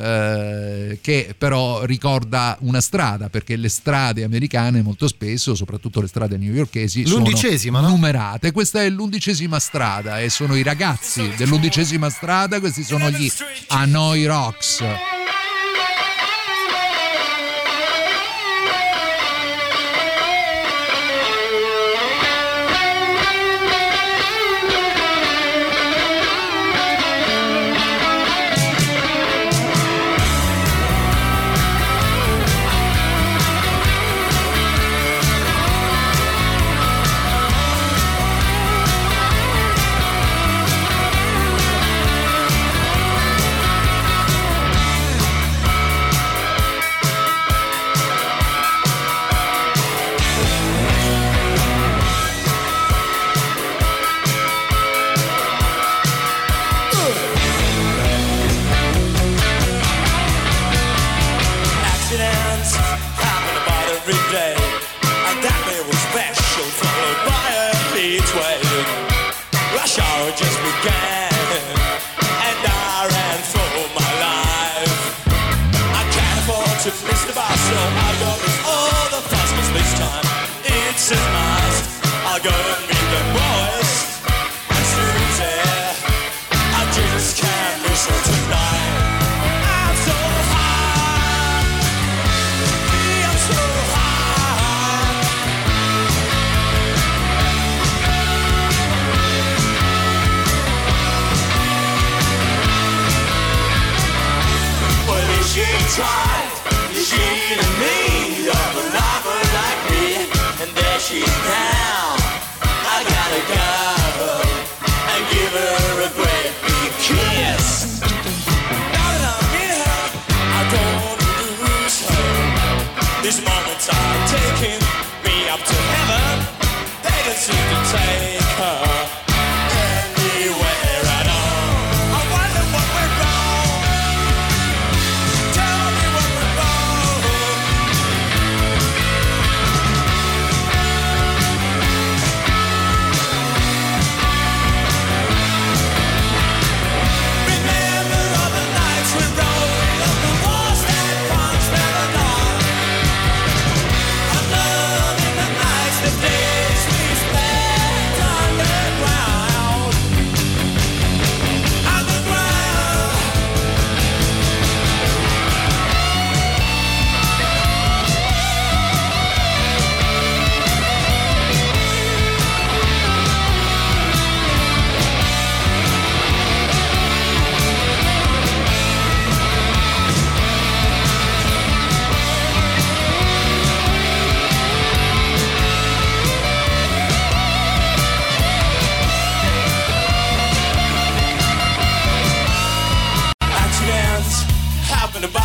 eh, che però ricorda una strada, perché le strade americane molto spesso, soprattutto le strade newyorkesi, L'undicesima, sono no? numerate. Questa è l'undicesima strada e sono i ragazzi dell'undicesima strada, questi sono gli Hanoi Rocks. Accidents happen about every day, and that day was special, followed by a heat wave. Rush hour just began, and I ran for my life. I can't afford to miss the bus, so I'll go miss all the fuss, 'cause this time it's a must. I'll go and meet the boys and Susie. I just can't miss her tonight. I'm so high, I'm so high. Well, is she tried? Is she in need of a lover like me? And there she's now. I gotta go and give her a great big kiss. Now that I'm in her, I don't wanna lose her. These moments are taking me up to heaven. They don't seem to take her anywhere at all. I wonder what went wrong. Tell me what went wrong.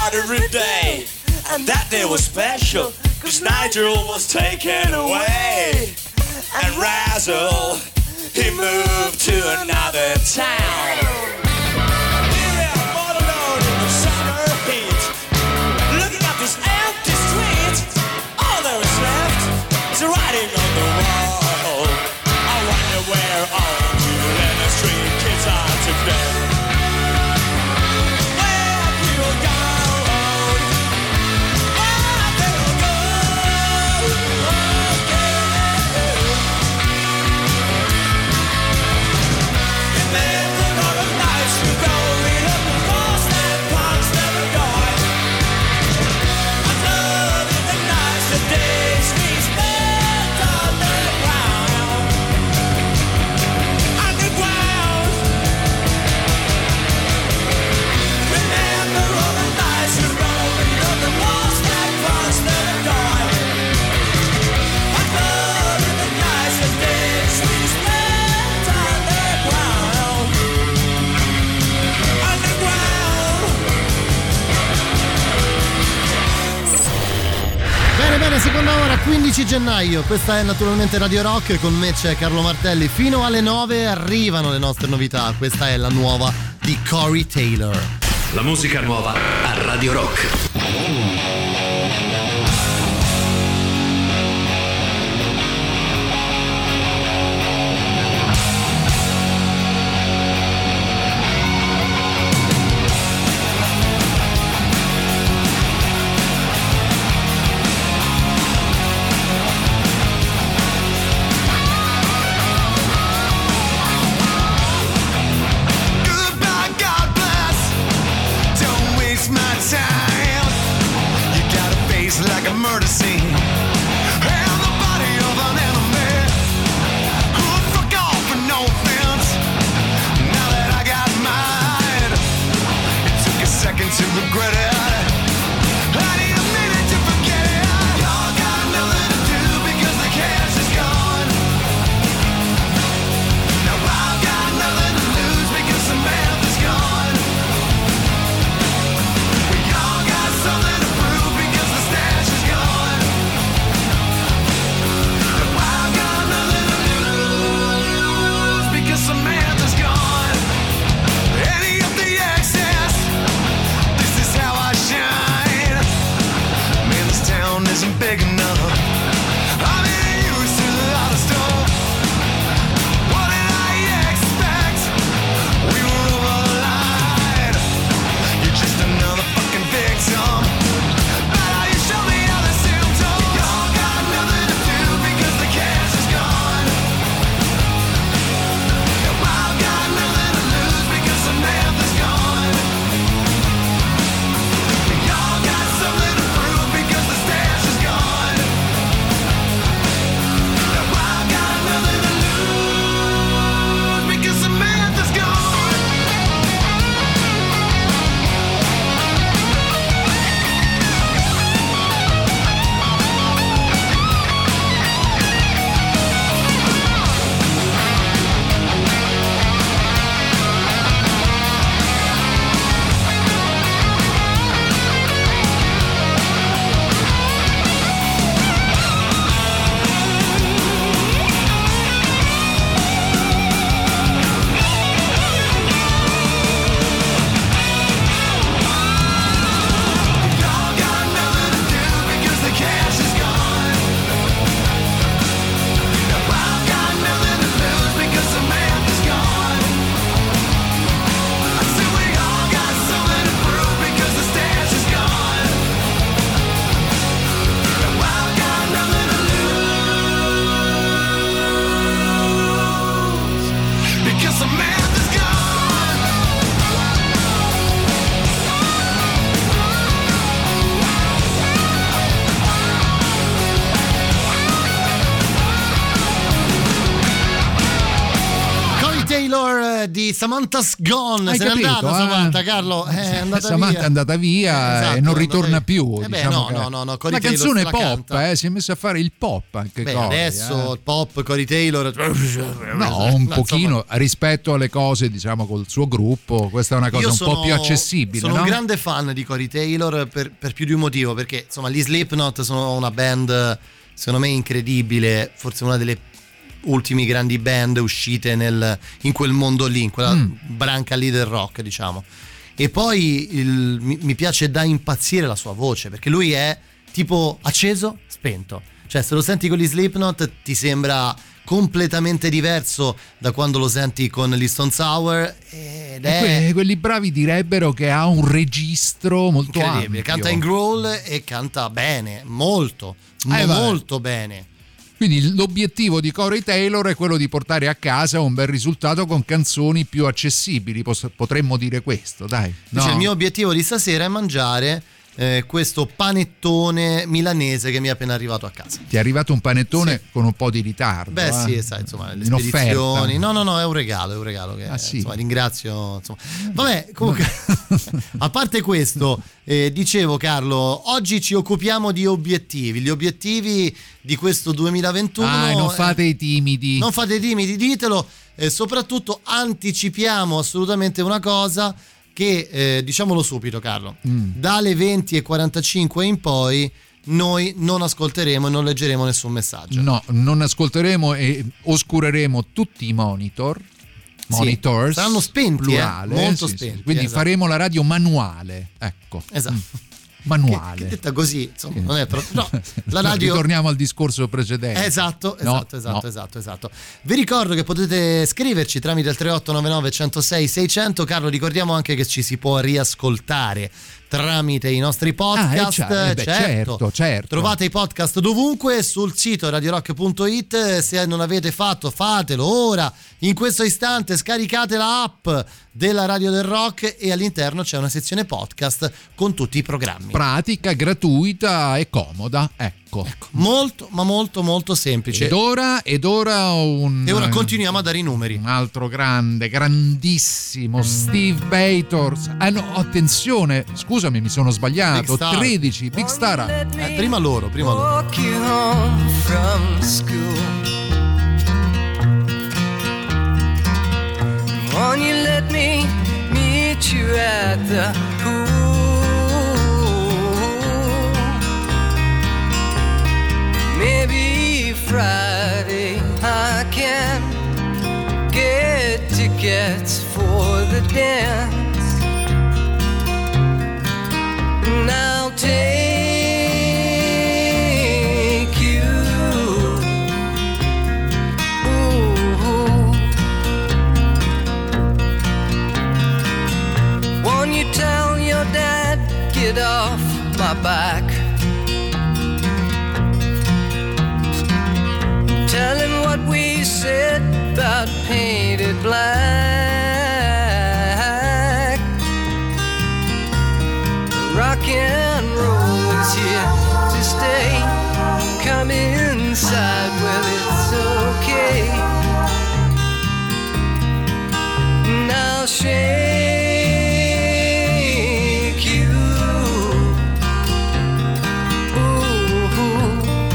about every day. And that day was special, cause Nigel was taken away. And Razzle, he moved to another town. Here we are, all alone in the summer heat, looking at this empty street. All there is left is a writing on the wall. I wonder where all you little street kids are today. Seconda ora, quindici gennaio, questa è naturalmente Radio Rock, con me c'è Carlo Martelli, fino alle nove arrivano le nostre novità, questa è la nuova di Corey Taylor. La musica nuova a Radio Rock. Any of the excess, this is how I di Samantha's Gone. Hai Se n'è capito, andata eh? Samantha, Carlo, è andata Samantha via. è andata via Esatto, e non è ritorna andata più. via. Eh beh, diciamo no, che no, no, no, Corey la Taylor canzone se la pop, canta. eh, si è messa a fare il pop anche Beh, Corey, adesso eh. il pop, Corey Taylor. No, un No, pochino insomma. rispetto alle cose, diciamo, col suo gruppo, questa è una cosa Io un sono, po' più accessibile. Sono no? un grande fan di Corey Taylor per, per più di un motivo, perché insomma gli Slipknot sono una band secondo me incredibile, forse una delle ultimi grandi band uscite nel, in quel mondo lì, in quella Mm. branca lì del rock, diciamo. E poi il- mi, mi piace da impazzire la sua voce, perché lui è tipo acceso, spento. Cioè se lo senti con gli Slipknot ti sembra completamente diverso da quando lo senti con gli Stone Sour ed E è que- quelli bravi direbbero che ha un registro molto incredibile. ampio. Canta in growl e canta bene, molto, Eh, mo- vabbè. molto bene. Quindi l'obiettivo di Corey Taylor è quello di portare a casa un bel risultato con canzoni più accessibili, Pos- potremmo dire questo, dai. Invece No. il mio obiettivo di stasera è mangiare eh, questo panettone milanese che mi è appena arrivato a casa. Ti è arrivato un panettone Sì. con un po' di ritardo. Beh eh? sì, sai, insomma, le In spedizioni. offerta. No, no, no, è un regalo, è un regalo che Ah, sì. insomma, ringrazio. Insomma. Vabbè, comunque, a parte questo, eh, dicevo Carlo, oggi ci occupiamo di obiettivi, gli obiettivi di questo duemilaventuno. Ah, non fate eh, i timidi. Non fate i timidi, ditelo, e soprattutto anticipiamo assolutamente una cosa che, eh, diciamolo subito Carlo, Mm. dalle venti e quarantacinque in poi noi non ascolteremo e non leggeremo nessun messaggio. No, non ascolteremo e oscureremo tutti i monitor. Monitors. Sì, saranno spenti, plurale, eh, molto sì, sì. spenti, Quindi esatto. faremo la radio manuale. Ecco. Esatto. Mm. Manuale. Che, che detta così, insomma, Sì. non è proprio. No, la radio. Ritorniamo al discorso precedente. Esatto, No, esatto, esatto, no. esatto, esatto. Vi ricordo che potete scriverci tramite il tre otto nove nove uno zero sei sei zero zero. Carlo, ricordiamo anche che ci si può riascoltare tramite i nostri podcast. Ah, eh, già, eh beh, certo, certo. Trovate i podcast dovunque sul sito radio rock punto it. Se non avete fatto, fatelo ora, in questo istante. Scaricate la app della Radio del Rock e all'interno c'è una sezione podcast con tutti i programmi. Pratica, gratuita e comoda. Ecco. Molto, ma molto, molto semplice. Ed ora, ed ora un. E ora continuiamo a dare i numeri. Un altro grande, grandissimo Steve Bators. Ah no, attenzione, scusami, mi sono sbagliato. Big Star. tredici, Big Star. Eh, prima loro, prima loro. Walk you home from school. Won't you let me meet you at the pool? Maybe Friday I can get tickets for the dance. And I'll take you. Ooh. Won't you tell your dad, get off my back? Tell him what we said about painted black. Rock and roll is here to stay. Come inside, well it's okay. Now shake you. Ooh.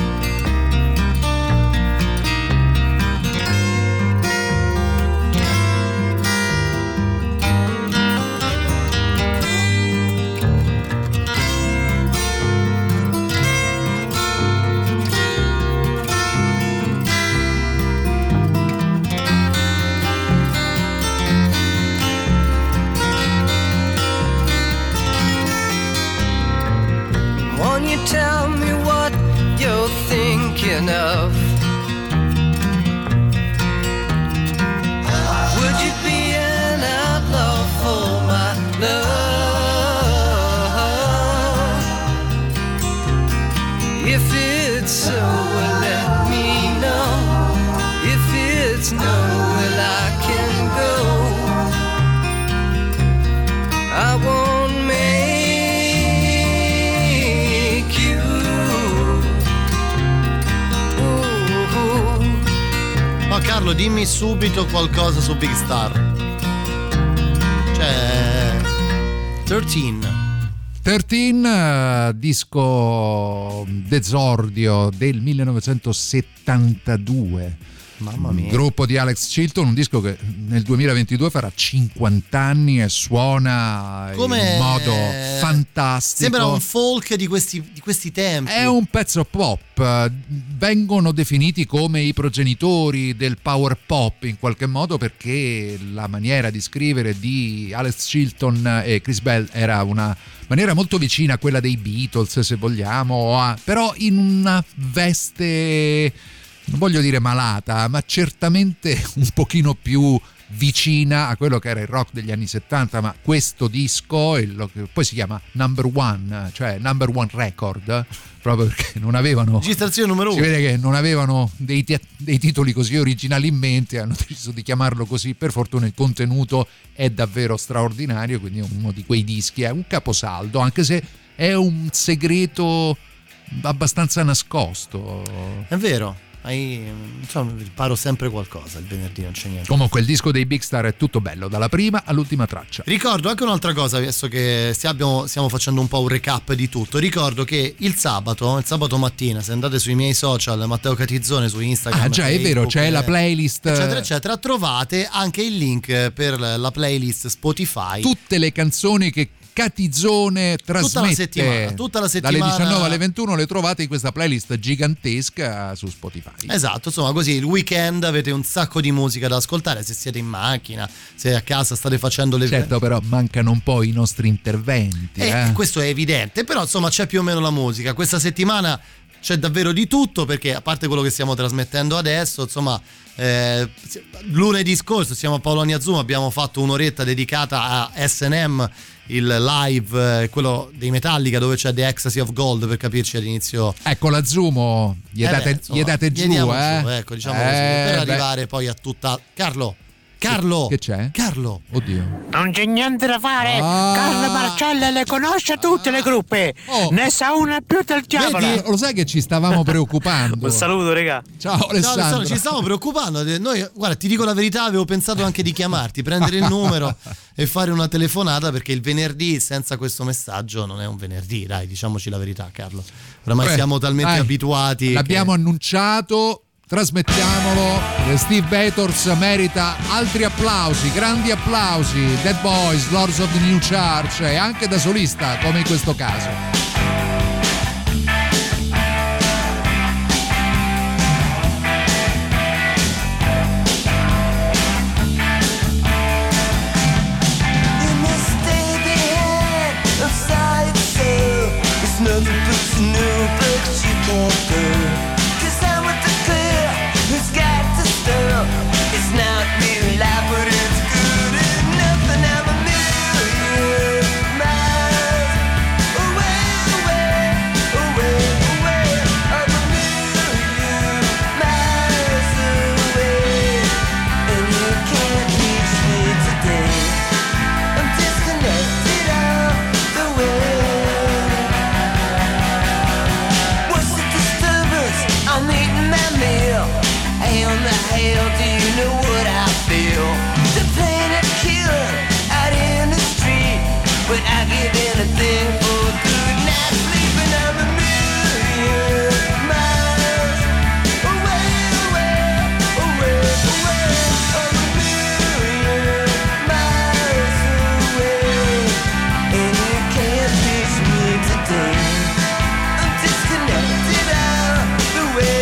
Won't you tell me what you're thinking of? Would you be an outlaw for my love? If it's so, well, let me know. If it's no, well, I can go. I won't make you. Ooh. Ma Carlo, dimmi subito qualcosa su Big Star. tredici. tredici, uh, disco d'esordio del millenovecentosettantadue. Mamma mia. Gruppo di Alex Chilton, un disco che nel duemilaventidue farà cinquanta anni e suona come in modo fantastico. Sembra un folk di questi, di questi tempi. È un pezzo pop, vengono definiti come i progenitori del power pop in qualche modo, perché la maniera di scrivere di Alex Chilton e Chris Bell era una maniera molto vicina a quella dei Beatles, se vogliamo, a, però in una veste, non voglio dire malata, ma certamente un pochino più vicina a quello che era il rock degli anni settanta. Ma questo disco, il, poi si chiama Number One, cioè Number One Record, proprio perché non avevano registrazione numero uno. Si vede che non avevano dei, dei titoli così originali in mente, hanno deciso di chiamarlo così. Per fortuna il contenuto è davvero straordinario, quindi è uno di quei dischi, è un caposaldo, anche se è un segreto abbastanza nascosto. È vero. Insomma, imparo sempre qualcosa il venerdì, non c'è niente. Comunque il disco dei Big Star è tutto bello, dalla prima all'ultima traccia. Ricordo anche un'altra cosa, adesso che stiamo, stiamo facendo un po' un recap di tutto. Ricordo che il sabato, il sabato mattina, se andate sui miei social, Matteo Catizzone su Instagram, ah già, Facebook, è vero, c'è la playlist eccetera eccetera, trovate anche il link per la playlist Spotify, tutte le canzoni che Catizzone trasmette tutta la settimana, tutta la settimana dalle diciannove alle ventuno, le trovate in questa playlist gigantesca su Spotify. Esatto, insomma, così il weekend avete un sacco di musica da ascoltare, se siete in macchina, se a casa state facendo le certo, però mancano un po' i nostri interventi, eh, eh. questo è evidente, però insomma c'è più o meno la musica. Questa settimana c'è davvero di tutto, perché a parte quello che stiamo trasmettendo adesso, insomma, eh, lunedì scorso siamo a Paolonia Zoom, abbiamo fatto un'oretta dedicata a S and M, il live, eh, quello dei Metallica, dove c'è The Ecstasy of Gold, per capirci all'inizio. Ecco, la Zoom gli eh date, beh, insomma, gli date giù, eh? giù, ecco, diciamo eh, così, per beh. arrivare poi a tutta. Carlo Carlo che c'è? Carlo Oddio, non c'è niente da fare. Ah. Carlo Marcella le conosce tutte le gruppe, oh. ne sa una più del diavolo. Vedi, lo sai che ci stavamo preoccupando. Un saluto, regà. Ciao Alessandro. No, Alessandro, ci stiamo preoccupando. Noi, guarda, ti dico la verità, avevo pensato anche di chiamarti, prendere il numero e fare una telefonata, perché il venerdì senza questo messaggio non è un venerdì, dai, diciamoci la verità, Carlo. Oramai Beh, siamo talmente dai, abituati. l'abbiamo che... annunciato, trasmettiamolo. Steve Bators merita altri applausi, grandi applausi. Dead Boys, Lords of the New Church, e anche da solista, come in questo caso. Nothing but to know, but you can't go. Cause I'm with the clear, who's got to stop. It's not real life, but it's good enough. And I'm a million miles away, away, away, away. I'm a million miles away, and you can't reach me today. I'm disconnected all the way. I'm eating my meal. How in the hell do you know what I feel? The planet killer out in the street, but I give anything for a good night's sleep. And I'm a million miles away, away, away, away. I'm a million miles away, and you can't reach me today. I'm disconnected out the way.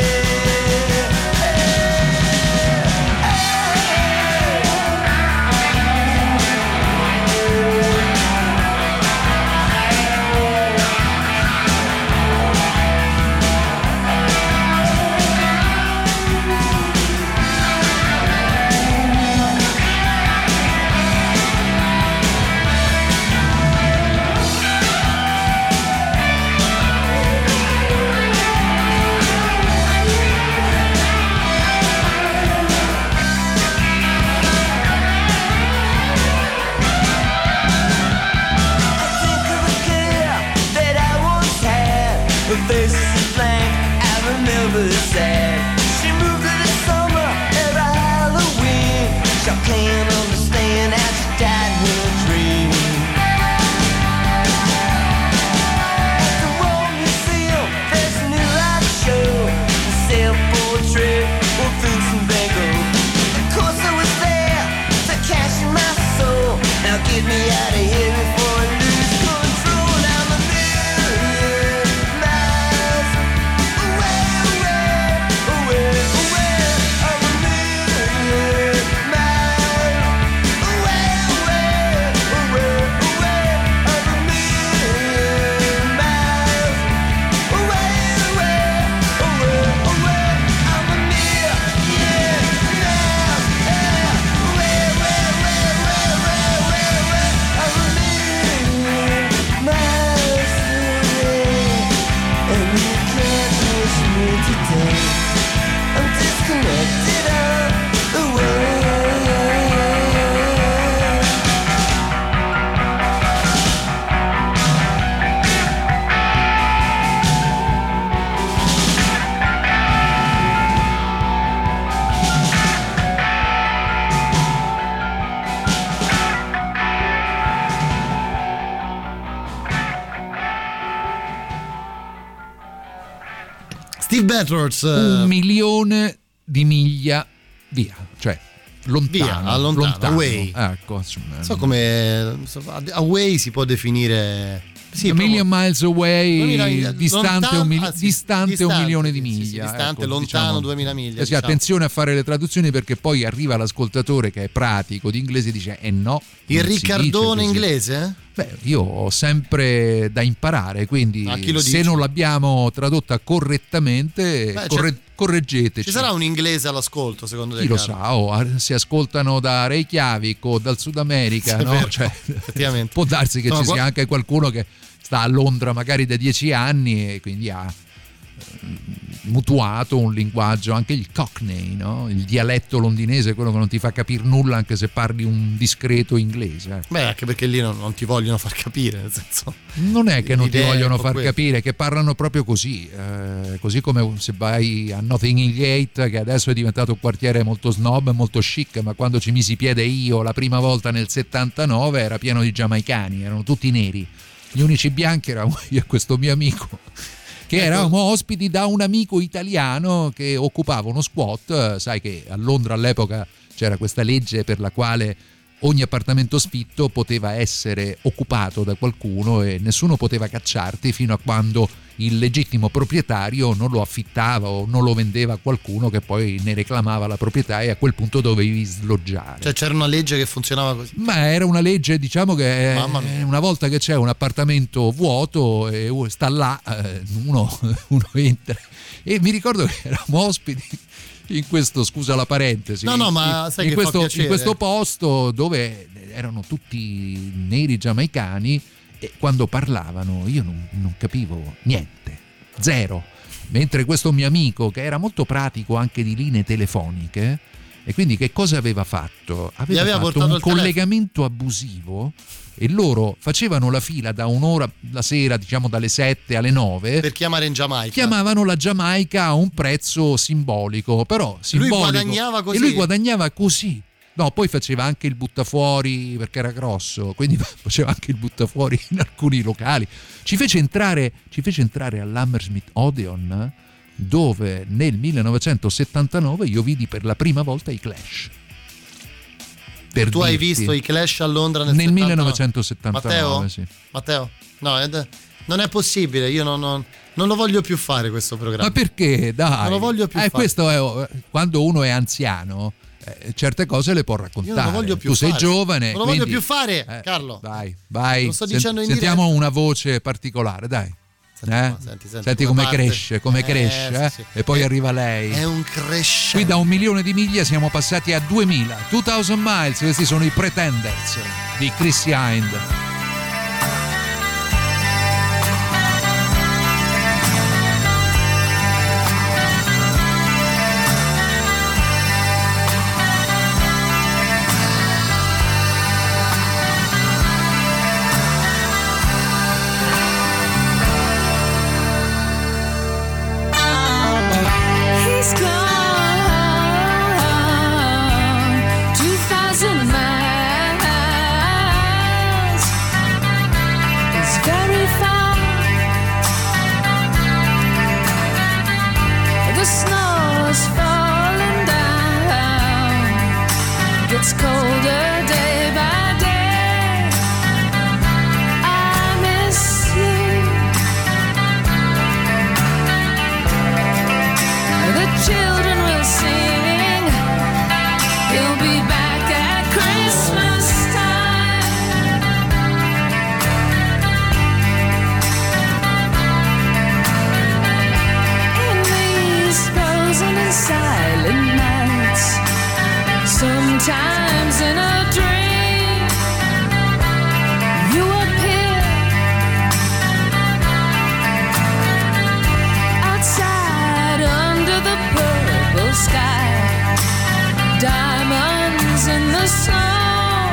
Steve Bedford, un milione di miglia via, cioè lontano, via, lontano, lontano. Away. Ecco, insomma, so come away si può definire. Sì, a million miles away, duemila, distante, lontan- un, mil- ah, sì, distante, distante un milione di sì, sì, miglia. sì, distante, ecco, lontano diciamo. duemila miglia. Eh sì, diciamo. attenzione a fare le traduzioni, perché poi arriva l'ascoltatore che è pratico di inglese e dice eh no. Il non si Riccardone dice così. inglese? Beh, io ho sempre da imparare, quindi Ah, chi lo se dice? non l'abbiamo tradotta correttamente, Beh, corre- c'è- correggeteci. Ci sarà un inglese all'ascolto, secondo te? Chi lo Carlo? sa, o a- se ascoltano da Reykjavik o dal Sud America, Sì, è no? vero, Cioè, effettivamente. può darsi che No, ci qua- sia anche qualcuno che sta a Londra magari da dieci anni e quindi ha eh, mutuato un linguaggio, anche il cockney, no? Il dialetto londinese, quello che non ti fa capire nulla anche se parli un discreto inglese. Beh, anche perché lì non, non ti vogliono far capire, nel senso. Non è che non ti l'idea è vogliono un po' far quella. capire, che parlano proprio così, eh, così come se vai a Notting Hill Gate, che adesso è diventato un quartiere molto snob, molto chic, ma quando ci misi piede io la prima volta nel settantanove era pieno di giamaicani, erano tutti neri, gli unici bianchi eravamo io e questo mio amico, che Ecco. eravamo ospiti da un amico italiano che occupava uno squat. Sai che a Londra all'epoca c'era questa legge per la quale ogni appartamento sfitto poteva essere occupato da qualcuno e nessuno poteva cacciarti fino a quando il legittimo proprietario non lo affittava o non lo vendeva a qualcuno che poi ne reclamava la proprietà, e a quel punto dovevi sloggiare. Cioè c'era una legge che funzionava così. Ma era una legge, diciamo che Mamma mia. una volta che c'è un appartamento vuoto e sta là, eh, uno, uno entra. E mi ricordo che eravamo ospiti in questo, scusa la parentesi, No, no, ma in, sai in che fa questo, piacere. in questo posto dove erano tutti neri giamaicani, e quando parlavano io non, non capivo niente, zero. Mentre questo mio amico, che era molto pratico anche di linee telefoniche, e quindi che cosa aveva fatto? Aveva, aveva fatto portato un il telefono. collegamento abusivo, e loro facevano la fila da un'ora la sera, diciamo dalle sette alle nove, Per chiamare in Giamaica. chiamavano la Giamaica a un prezzo simbolico, però simbolico, guadagnava così? e lui guadagnava così. No, poi faceva anche il buttafuori perché era grosso, quindi faceva anche il buttafuori in alcuni locali. Ci fece entrare, ci fece entrare all'Hammersmith Odeon, dove nel millenovecentosettantanove io vidi per la prima volta i Clash. Per Tu hai dirti. visto i Clash a Londra nel Nel settantanove? millenovecentosettantanove, Matteo? sì. Matteo? No, Ed, non è possibile, io non, non, non lo voglio più fare questo programma. Ma perché? Dai. Non lo voglio più eh, fare. Questo è, quando uno è anziano, eh, certe cose le può raccontare. Io non lo voglio più tu sei fare. giovane. Non lo quindi, voglio più fare, eh, Carlo. Vai, vai. Lo sto Sen- dicendo in sentiamo diretta. una voce particolare, dai. Senti, Eh? qua, senti, senti, come parte. cresce, come Eh, cresce, sì, eh? sì. E poi È- arriva lei. È un crescente. Qui da un milione di miglia siamo passati a duemila. duemila miles, questi sono i Pretenders di Chrissy Hind. He's gone two thousand miles. It's very far. The snow is falling down. Gets colder day by day. I miss you. The children will sing. He'll be back at Christmas time. In these frozen and silent nights, sometimes in a dream, you appear outside under the purple sky, diamonds in the snow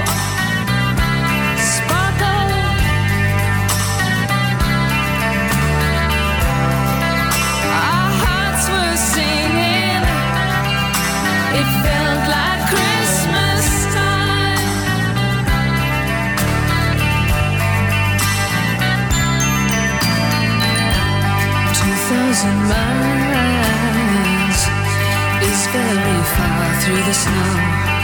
sparkle. Our hearts were singing. It felt like Christmas time. Two thousand miles. very far through the snow.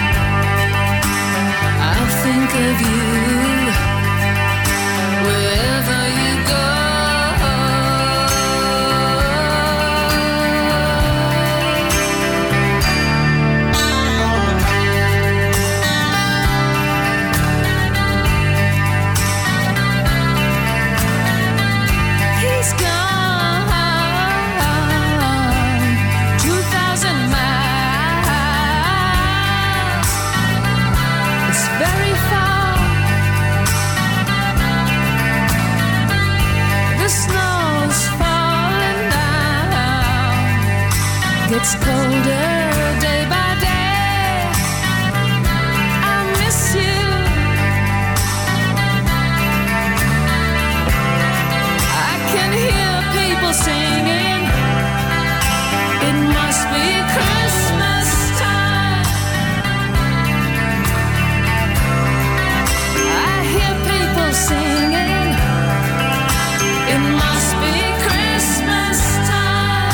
I'll think of you wherever you go. He's gone two thousand miles. It's very far. The snow's falling down. Gets colder day by day. I miss you. I can hear people singing. It must be Christmas time. I hear people singing. It must be Christmas time.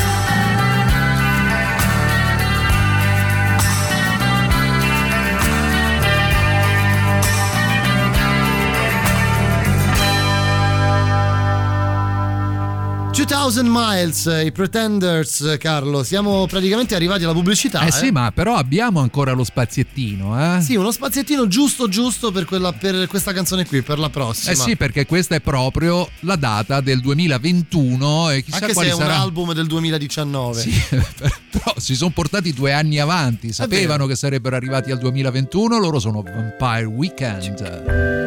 duemila Miles, i Pretenders, Carlo. Siamo praticamente arrivati alla pubblicità. Eh eh sì, ma però abbiamo ancora lo spaziettino, eh? Sì, uno spaziettino giusto giusto per, quella, per questa canzone qui, per la prossima. Eh sì, perché questa è proprio la data del duemilaventuno e chissà Anche quale se è sarà. un album del duemiladiciannove. Sì, però si sono portati due anni avanti, sapevano che sarebbero arrivati al duemilaventuno, loro sono Vampire Weekend.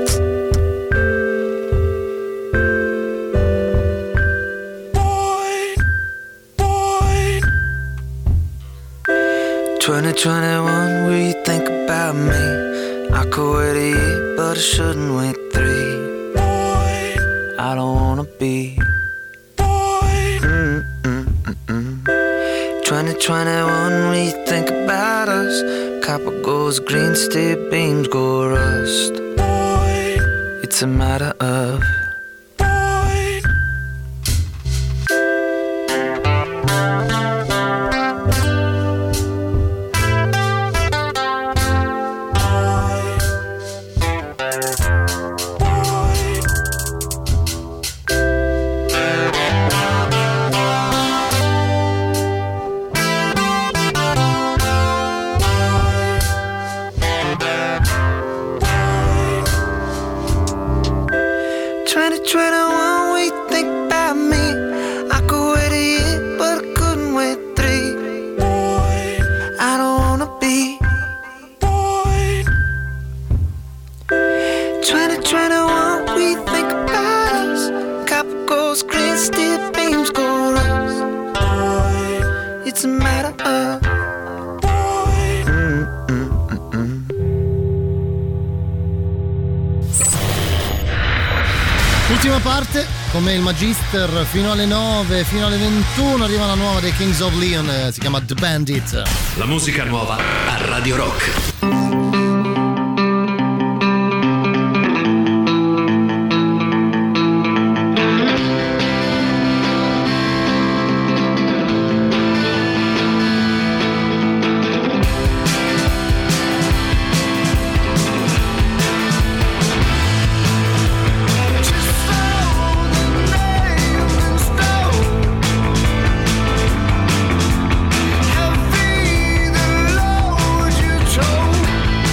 twenty twenty-one, will you think about me? I could wait a year, but I shouldn't wait three. Boy, I don't wanna be. Boy, mm-mm-mm-mm. twenty twenty-one, will you think about us? Copper goes green, steel beams go rust. Boy, it's a matter of. twenty twenty-one, we think about me. I could wait a year, but I couldn't wait three. Boy, I don't wanna be. Boy, twenty twenty-one, we think about us. Copper goes green, steel beams go rust. Boy, it's a matter of. Ultima parte, come il Magister, fino alle nove, fino alle ventuno arriva la nuova dei Kings of Leon, eh, si chiama The Bandit. La musica nuova a Radio Rock. Heavy the load you told.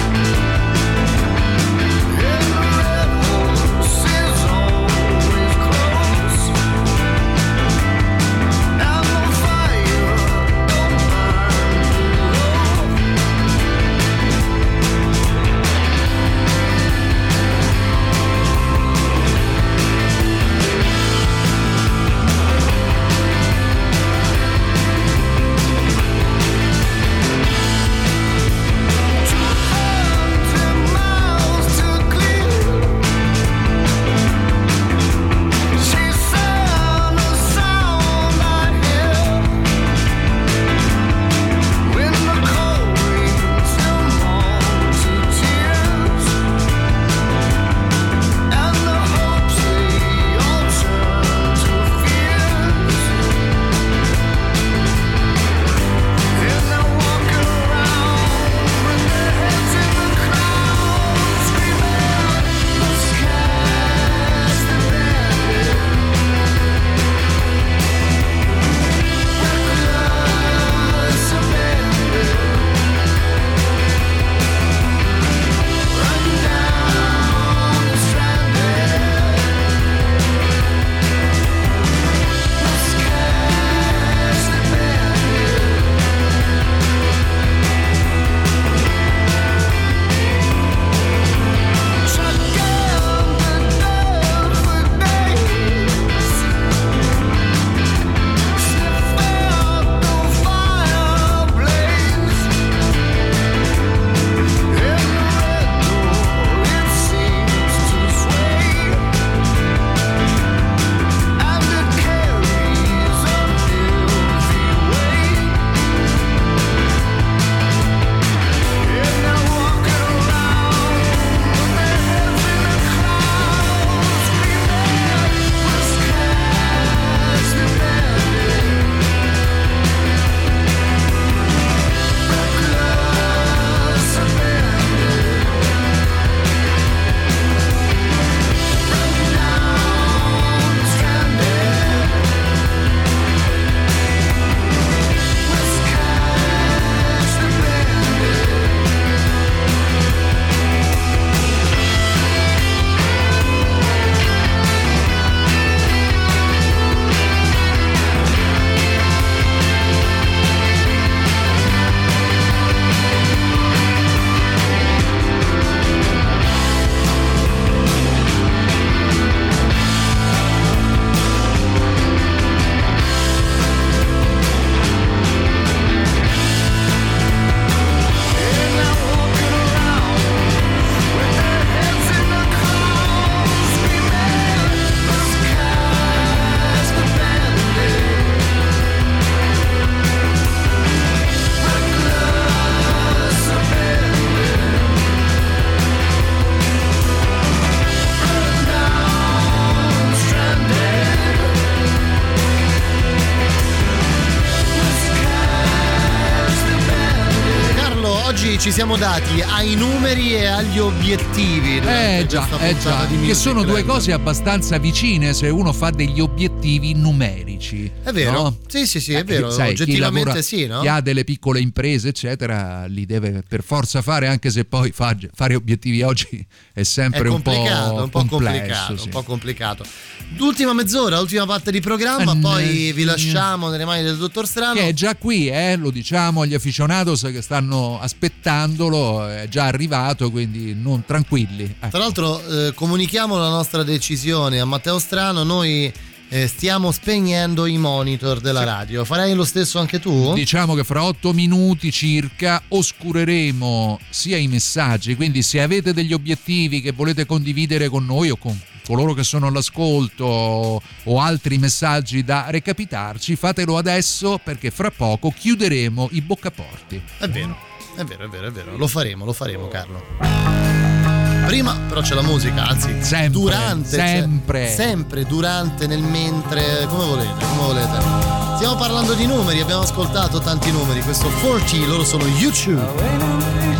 ci siamo dati ai numeri e agli obiettivi. Eh già, eh già, che sono due cose abbastanza vicine se uno fa degli obiettivi numerici. È vero? No? Sì, sì, sì, è Eh, vero. sai, Oggettivamente chi lavora, sì, no? Chi ha delle piccole imprese, eccetera, li deve per forza fare, anche se poi fa, fare obiettivi oggi è sempre È un po' complicato, un po' complesso, complicato, sì. un po' complicato. L'ultima mezz'ora, l'ultima parte di programma, Eh, poi eh, vi lasciamo nelle mani del dottor Strano. Che è già qui, eh, lo diciamo agli aficionados che stanno aspettandolo, è già arrivato, quindi non tranquilli. Eh. Tra l'altro eh, comunichiamo la nostra decisione a Matteo Strano, noi eh, stiamo spegnendo i monitor della radio. Farai lo stesso anche tu? Diciamo che fra otto minuti circa oscureremo sia i messaggi, quindi se avete degli obiettivi che volete condividere con noi o con coloro che sono all'ascolto o altri messaggi da recapitarci, fatelo adesso perché fra poco chiuderemo i boccaporti. È vero, è vero, è vero, è vero. Lo faremo, lo faremo, Carlo. Prima però c'è la musica, anzi sempre, durante, sempre, cioè, sempre durante, nel mentre, come volete, come volete. Stiamo parlando di numeri, abbiamo ascoltato tanti numeri. Questo quaranta, loro sono YouTube.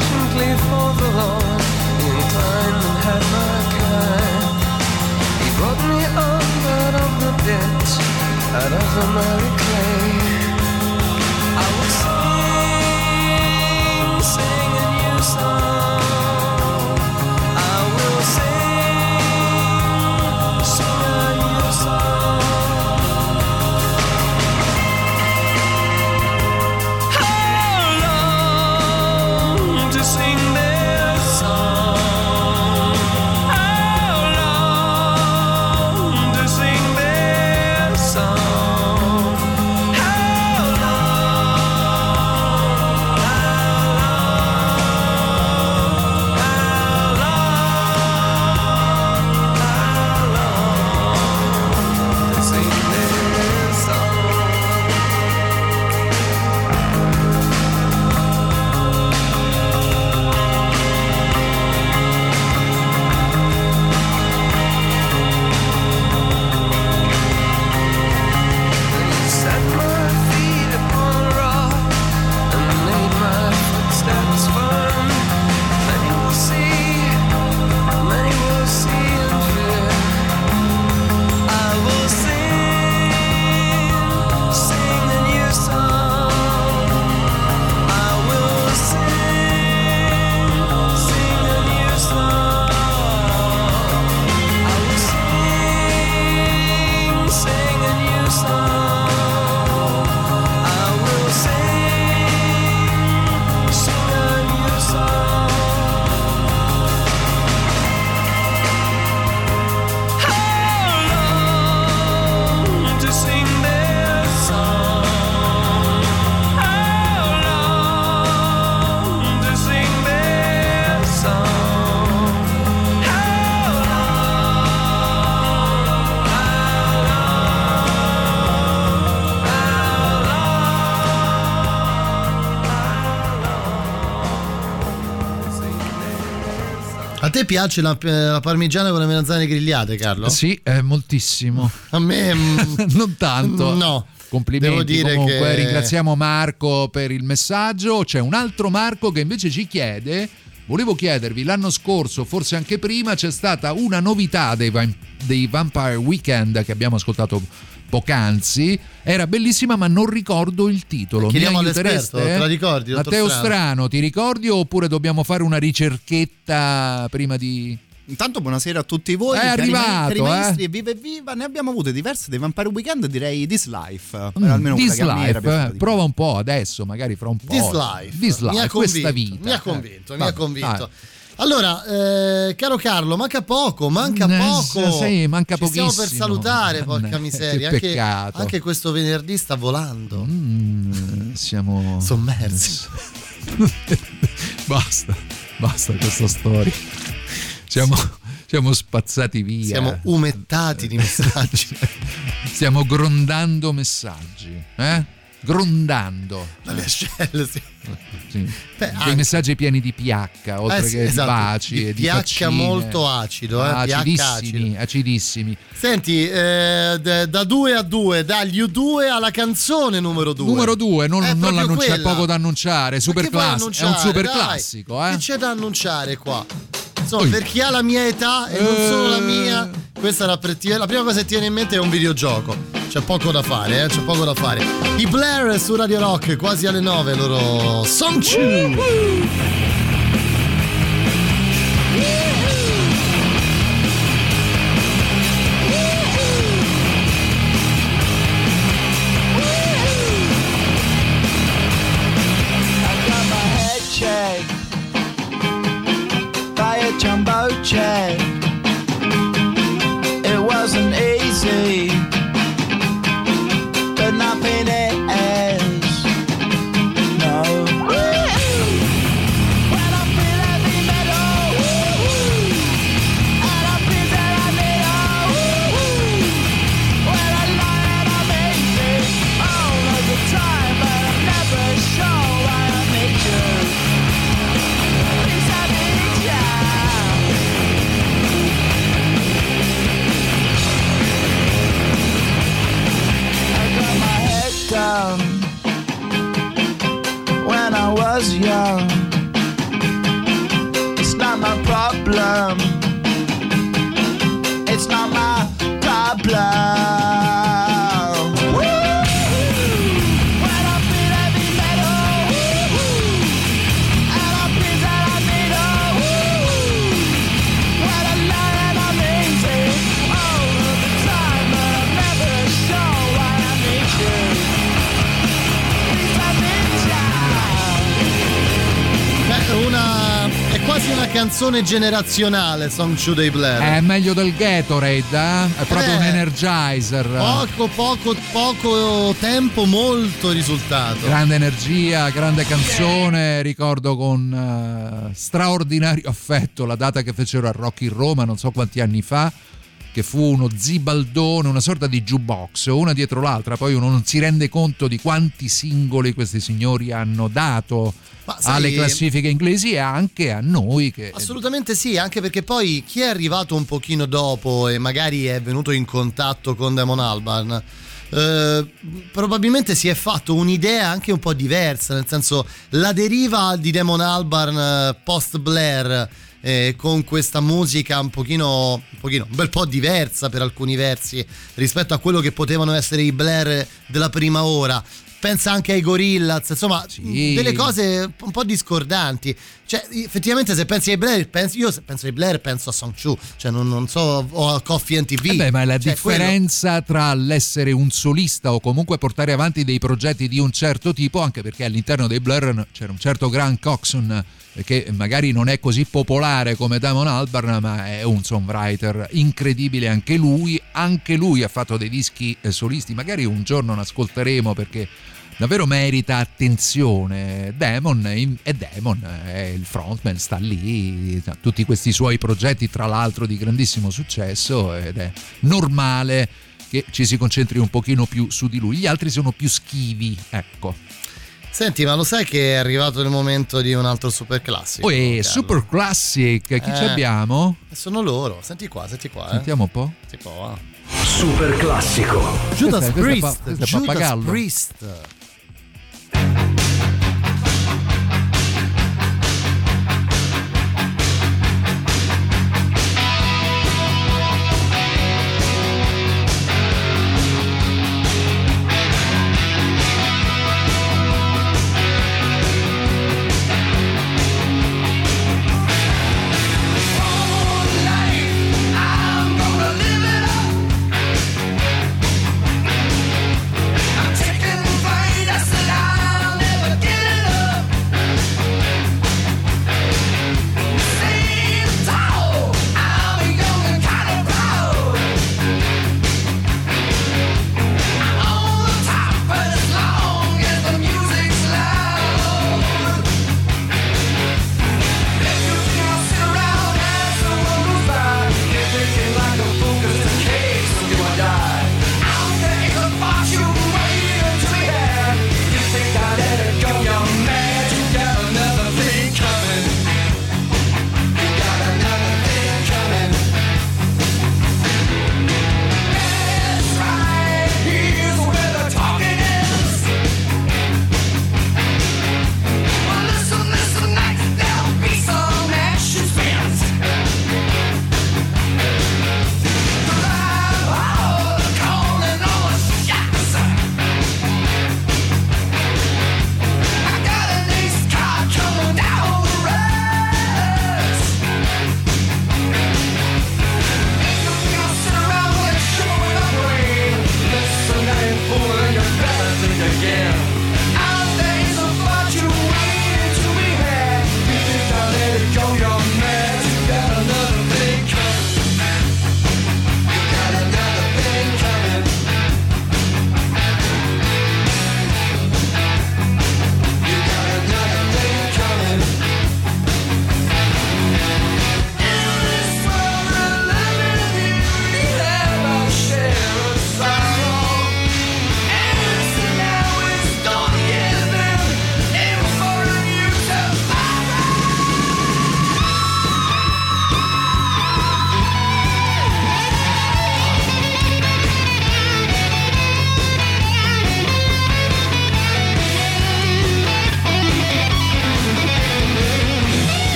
Brought me up out of the pit, out of the miry clay. I will sing, sing a new song. I will sing, sing a new song. How long to sing this song? A te piace la, la parmigiana con le melanzane grigliate, Carlo? Sì, eh, moltissimo. A me non tanto. No. Complimenti, devo dire comunque che... ringraziamo Marco per il messaggio. C'è un altro Marco che invece ci chiede: volevo chiedervi, l'anno scorso, forse anche prima, c'è stata una novità dei, dei Vampire Weekend che abbiamo ascoltato poc'anzi, era bellissima ma non ricordo il titolo. Chiediamo Mi all'esperto, aiutereste? te la ricordi, dottor Matteo Strano? Strano, ti ricordi oppure dobbiamo fare una ricerchetta prima di... Intanto buonasera a tutti voi, È cari, arrivato, cari eh. maestri, viva e viva, ne abbiamo avute diverse dei Vampire Weekend, direi This Life, Mm, almeno This quella che a me era Life, piaciuta eh, di prova un po' adesso, magari fra un po'. This Life, This mi ha Life, questa convinto, vita. mi ha eh. convinto, mi Vabbè, ha convinto. dai. Allora, eh, caro Carlo, manca poco, manca Eh, poco. sì, manca Ci stiamo per pochissimo. salutare, porca Eh, miseria. che Anche, peccato. anche questo venerdì sta volando. Mm, siamo sommersi. Basta, basta questa storia. Siamo, siamo spazzati via. Siamo umettati di messaggi. Stiamo grondando messaggi, eh? grondando. Dalle ascelle, sì. Sì. Beh, Dei anche- messaggi pieni di pH, oltre Eh sì, che esatto. di baci Di e di pH faccine. molto acido, eh, pH acidissimi, acido. acidissimi. Senti, eh, d- da due a due, dagli U due alla canzone numero due. Numero due, non, È non proprio l'annuncia, è quella. poco da annunciare, super Che puoi class- è un annunciare, super dai? classico, eh. Che c'è da annunciare qua? Insomma, Oi. per chi ha la mia età e non solo la Eh. mia, questa la, la prima cosa che tiene in mente è un videogioco. C'è poco da fare, eh? C'è poco da fare. I Blair su Radio Rock, quasi alle nove, loro Song Chu. Check by a jumbo check. It wasn't easy, but nothing is. No. When I feel heavy metal, and I feel that I need a when I lie and I'm easy all of the time, but I'm never sure why I need you. Down when I was young. It's not my problem. It's not my problem. When I feel heavy metal, and I feel that I need a when I lie and I'm easy all of the time, but I'm never sure why I need you. Beh, una... è quasi una canzone generazionale, Song Chu dei Blair. È meglio del Gatorade, eh? È proprio Eh. un energizer. Poco, poco, poco tempo, molto risultato. Grande energia, grande canzone, ricordo con eh, straordinario affetto la data che fecero a Rock in Roma, non so quanti anni fa, che fu uno zibaldone, una sorta di jukebox, una dietro l'altra, poi uno non si rende conto di quanti singoli questi signori hanno dato Ma sai, alle classifiche inglesi e anche a noi che assolutamente sì, anche perché poi chi è arrivato un pochino dopo e magari è venuto in contatto con Damon Albarn eh, probabilmente si è fatto un'idea anche un po' diversa, nel senso la deriva di Damon Albarn eh, post Blair eh, con questa musica un pochino, un pochino un bel po' diversa per alcuni versi rispetto a quello che potevano essere i Blair della prima ora. Pensa anche ai Gorillaz, insomma, Sì. delle cose un po' discordanti. Cioè, effettivamente, se pensi ai Blair, pensi, io se penso ai Blair penso a Song Chu, cioè non, non so, o a Coffee and T V. Eh beh, ma è la Cioè, differenza tra l'essere un solista o comunque portare avanti dei progetti di un certo tipo, anche perché all'interno dei Blur c'era un certo Grant Coxon che magari non è così popolare come Damon Albarn, ma è un songwriter incredibile anche lui. Anche lui ha fatto dei dischi solisti, magari un giorno ne ascolteremo perché davvero merita attenzione. Damon è Damon, è il frontman, sta lì, tutti questi suoi progetti tra l'altro di grandissimo successo, ed è normale che ci si concentri un pochino più su di lui. Gli altri sono più schivi, ecco. Senti, ma lo sai che è arrivato il momento di un altro super classico? Poi Carlo? super classic, chi Eh, ci abbiamo? Sono loro, senti qua, senti qua. Eh. Sentiamo un po'. Senti qua, va. Super classico. Judas Questo è- questo è Priest, pa- questo è Judas Pappagallo. Priest. I'm taking flight.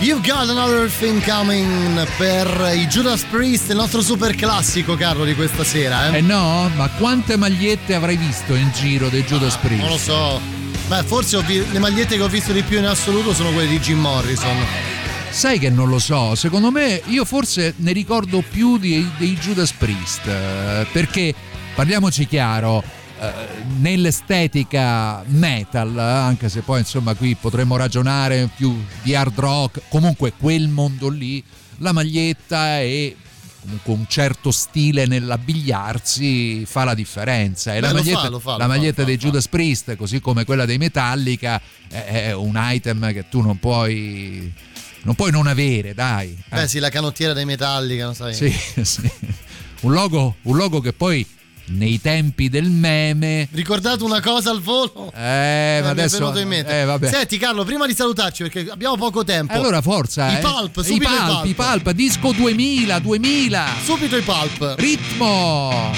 You've Got Another Thing Coming per i Judas Priest, il nostro super classico, Carlo, di questa sera. Eh, eh no, ma quante magliette avrai visto in giro dei Judas ah, Priest? Non lo so. Beh, forse ho vi- le magliette che ho visto di più in assoluto sono quelle di Jim Morrison. Sai che non lo so, secondo me io forse ne ricordo più di, dei Judas Priest, eh, perché parliamoci chiaro, eh, nell'estetica metal, eh, anche se poi insomma qui potremmo ragionare più di hard rock, comunque quel mondo lì, la maglietta e comunque un certo stile nell'abbigliarsi fa la differenza. E Beh, la lo maglietta, fa, lo fa, lo la fa, maglietta lo fa, dei lo fa. Judas Priest, così come quella dei Metallica, è, è un item che tu non puoi non puoi non avere, dai. Beh, Eh. sì, la canottiera dei Metallica, non sai. Sì, sì. Un logo, un logo che poi nei tempi del meme. Ricordate una cosa al volo? Eh, ma mi è adesso venuto in mente. eh, vabbè. Senti, Carlo, prima di salutarci, perché abbiamo poco tempo. Allora forza, I eh. Pulp, I subito i Pulp, Pulp. i Pulp, disco duemila, duemila. Subito i Pulp. Ritmo.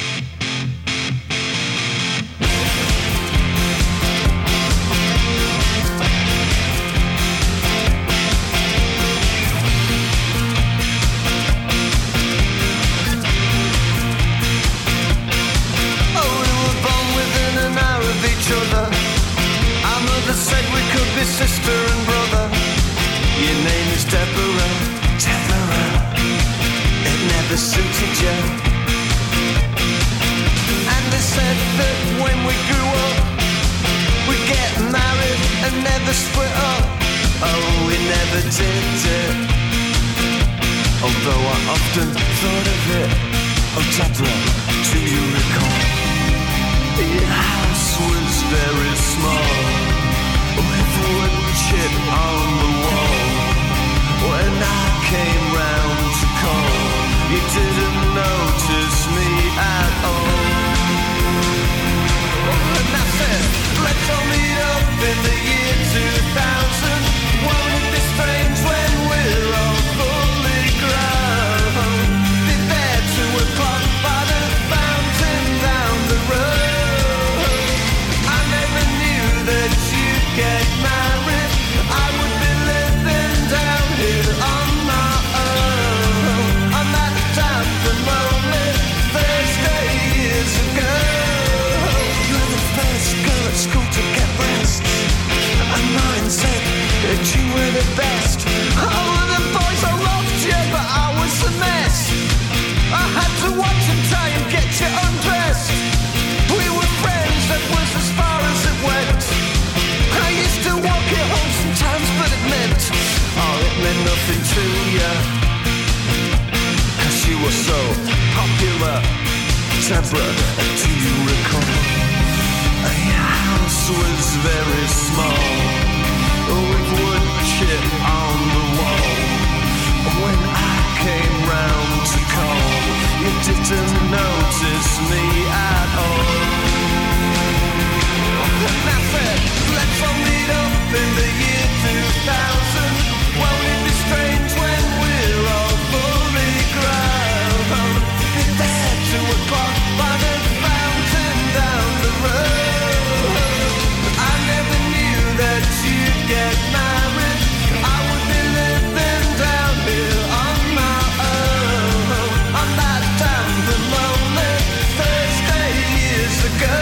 Oh, we were born within an hour of each other. Our mother said we could be sister and brother. Your name is Deborah, Deborah. It never suited you. And they said that when we grew up, we'd get married and never split up. Oh, we never did it. Although I often thought of it. Oh, Deborah, do you recall? Your house was very small, with wood chip on the wall. When I came round to call, you didn't notice me at all. And I said, let's all meet up in the year two thousand. Won't it be strange when we're all fully grown? Be there two o'clock by the fountain down the road. I never knew that you'd get married. I would be living down here on my own. On that damp and lonely Thursday years ago. You were the first girl at school to get breasts, and mine said that you were the best. Oh, the boys all loved you, but I was a mess. I had to watch and try and get you undressed. We were friends, that was as far as it went. I used to walk you home sometimes, but it meant, oh, it meant nothing to you. Cause you were so popular. Deborah, do you recall? Your house was very small, with wood chip on the wall. When I came round to call, you didn't notice me at all. And I said, let's all meet up in the year two thousand. Won't it be strange when we're all fully grown? Be there two o'clock by the fountain down the road. I never knew that you'd get married. I would be living down here on my own. On that damp and lonely Thursday years ago.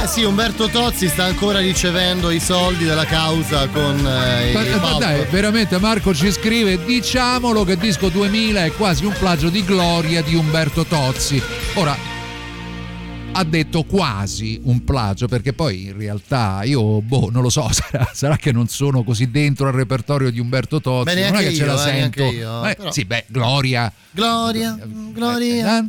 sì, Umberto Tozzi sta ancora ricevendo i soldi della causa con eh, ma, i ma dai, veramente Marco ci scrive: diciamolo che Disco duemila è quasi un plagio di Gloria di Umberto Tozzi. Ora, ha detto quasi un plagio, perché poi in realtà io boh non lo so, sarà, sarà che non sono così dentro al repertorio di Umberto Tozzi. Beh, non è che io, ce la eh, sento io, eh, però... sì, beh, Gloria Gloria Gloria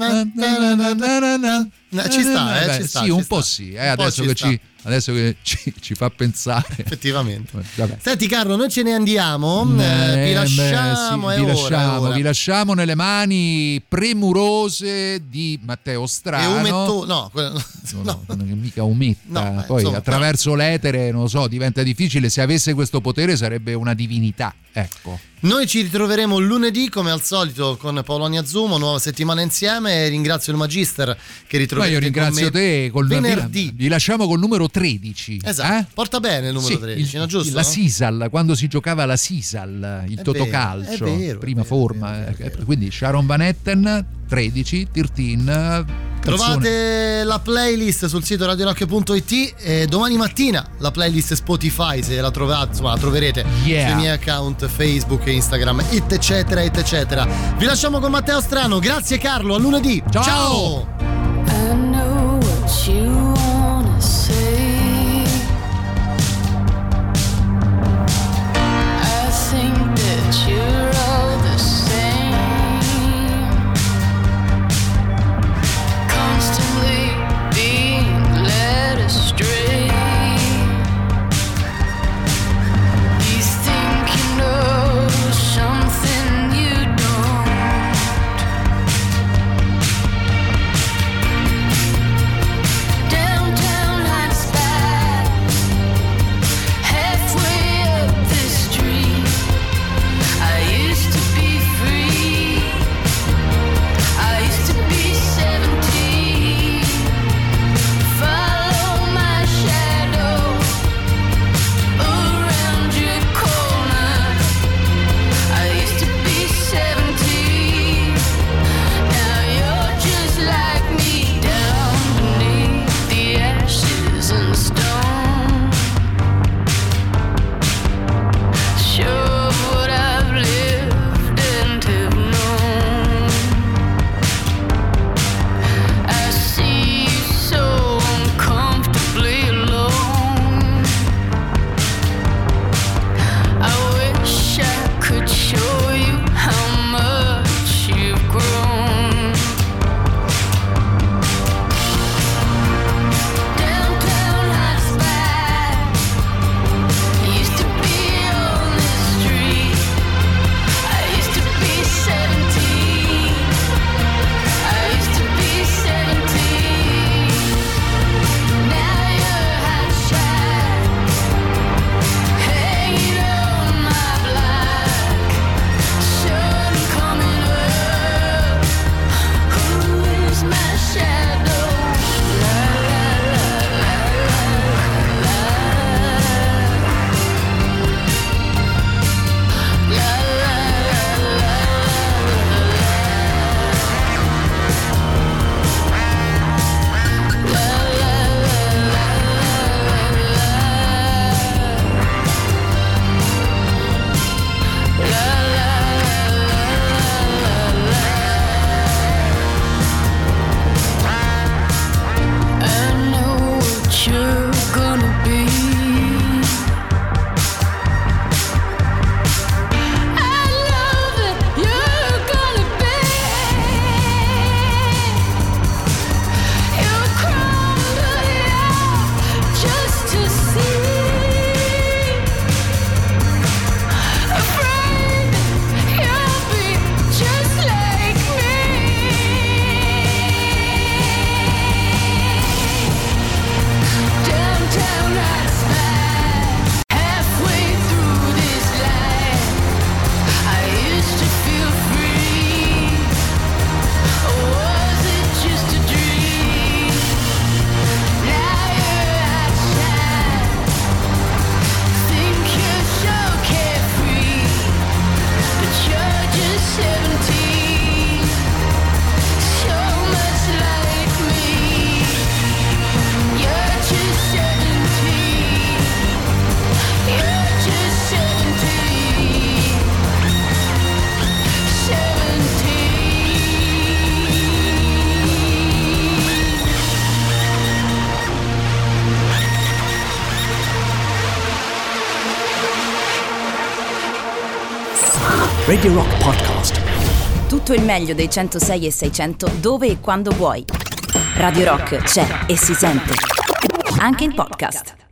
ci sta, eh, beh, ci sta, sì, ci un sta. po' sì, eh, Un po' adesso ci che sta. ci adesso che ci, ci fa pensare effettivamente. Vabbè. Senti Carlo, noi ce ne andiamo, eh, vi lasciamo, beh, è sì, vi ora, lasciamo, è ora. vi lasciamo nelle mani premurose di Matteo E Strano. umetto, no, quello- No, no. no, non è mica umetta. No, beh, poi insomma, attraverso l'etere, non lo so, diventa difficile. Se avesse questo potere sarebbe una divinità. Ecco. Noi ci ritroveremo lunedì come al solito con Polonia Zumo, nuova settimana insieme. Ringrazio il Magister che Ma ritroverete io ringrazio con me te col venerdì. Vi lasciamo col numero tredici. Esatto, eh? porta bene il numero Sì, tredici, il- no, giusto? La Sisal, quando si giocava la Sisal, il È Totocalcio, vero, è vero, prima è vero, forma. eh, Quindi Sharon Van Etten, tredici, tredici. Trovate la playlist sul sito radiorock punto it e domani mattina la playlist Spotify, se la trovate, insomma, la troverete Yeah. sui miei account Facebook e Instagram, it eccetera, it eccetera. Vi lasciamo con Matteo Strano, grazie Carlo, a lunedì. Ciao. Ciao. I know what you wanna say. I think that you're all the same. Constantly being led astray. You think you know something you don't. Radio Rock Podcast. Tutto il meglio dei centosei e seicento dove e quando vuoi. Radio Rock c'è e si sente. Anche in podcast.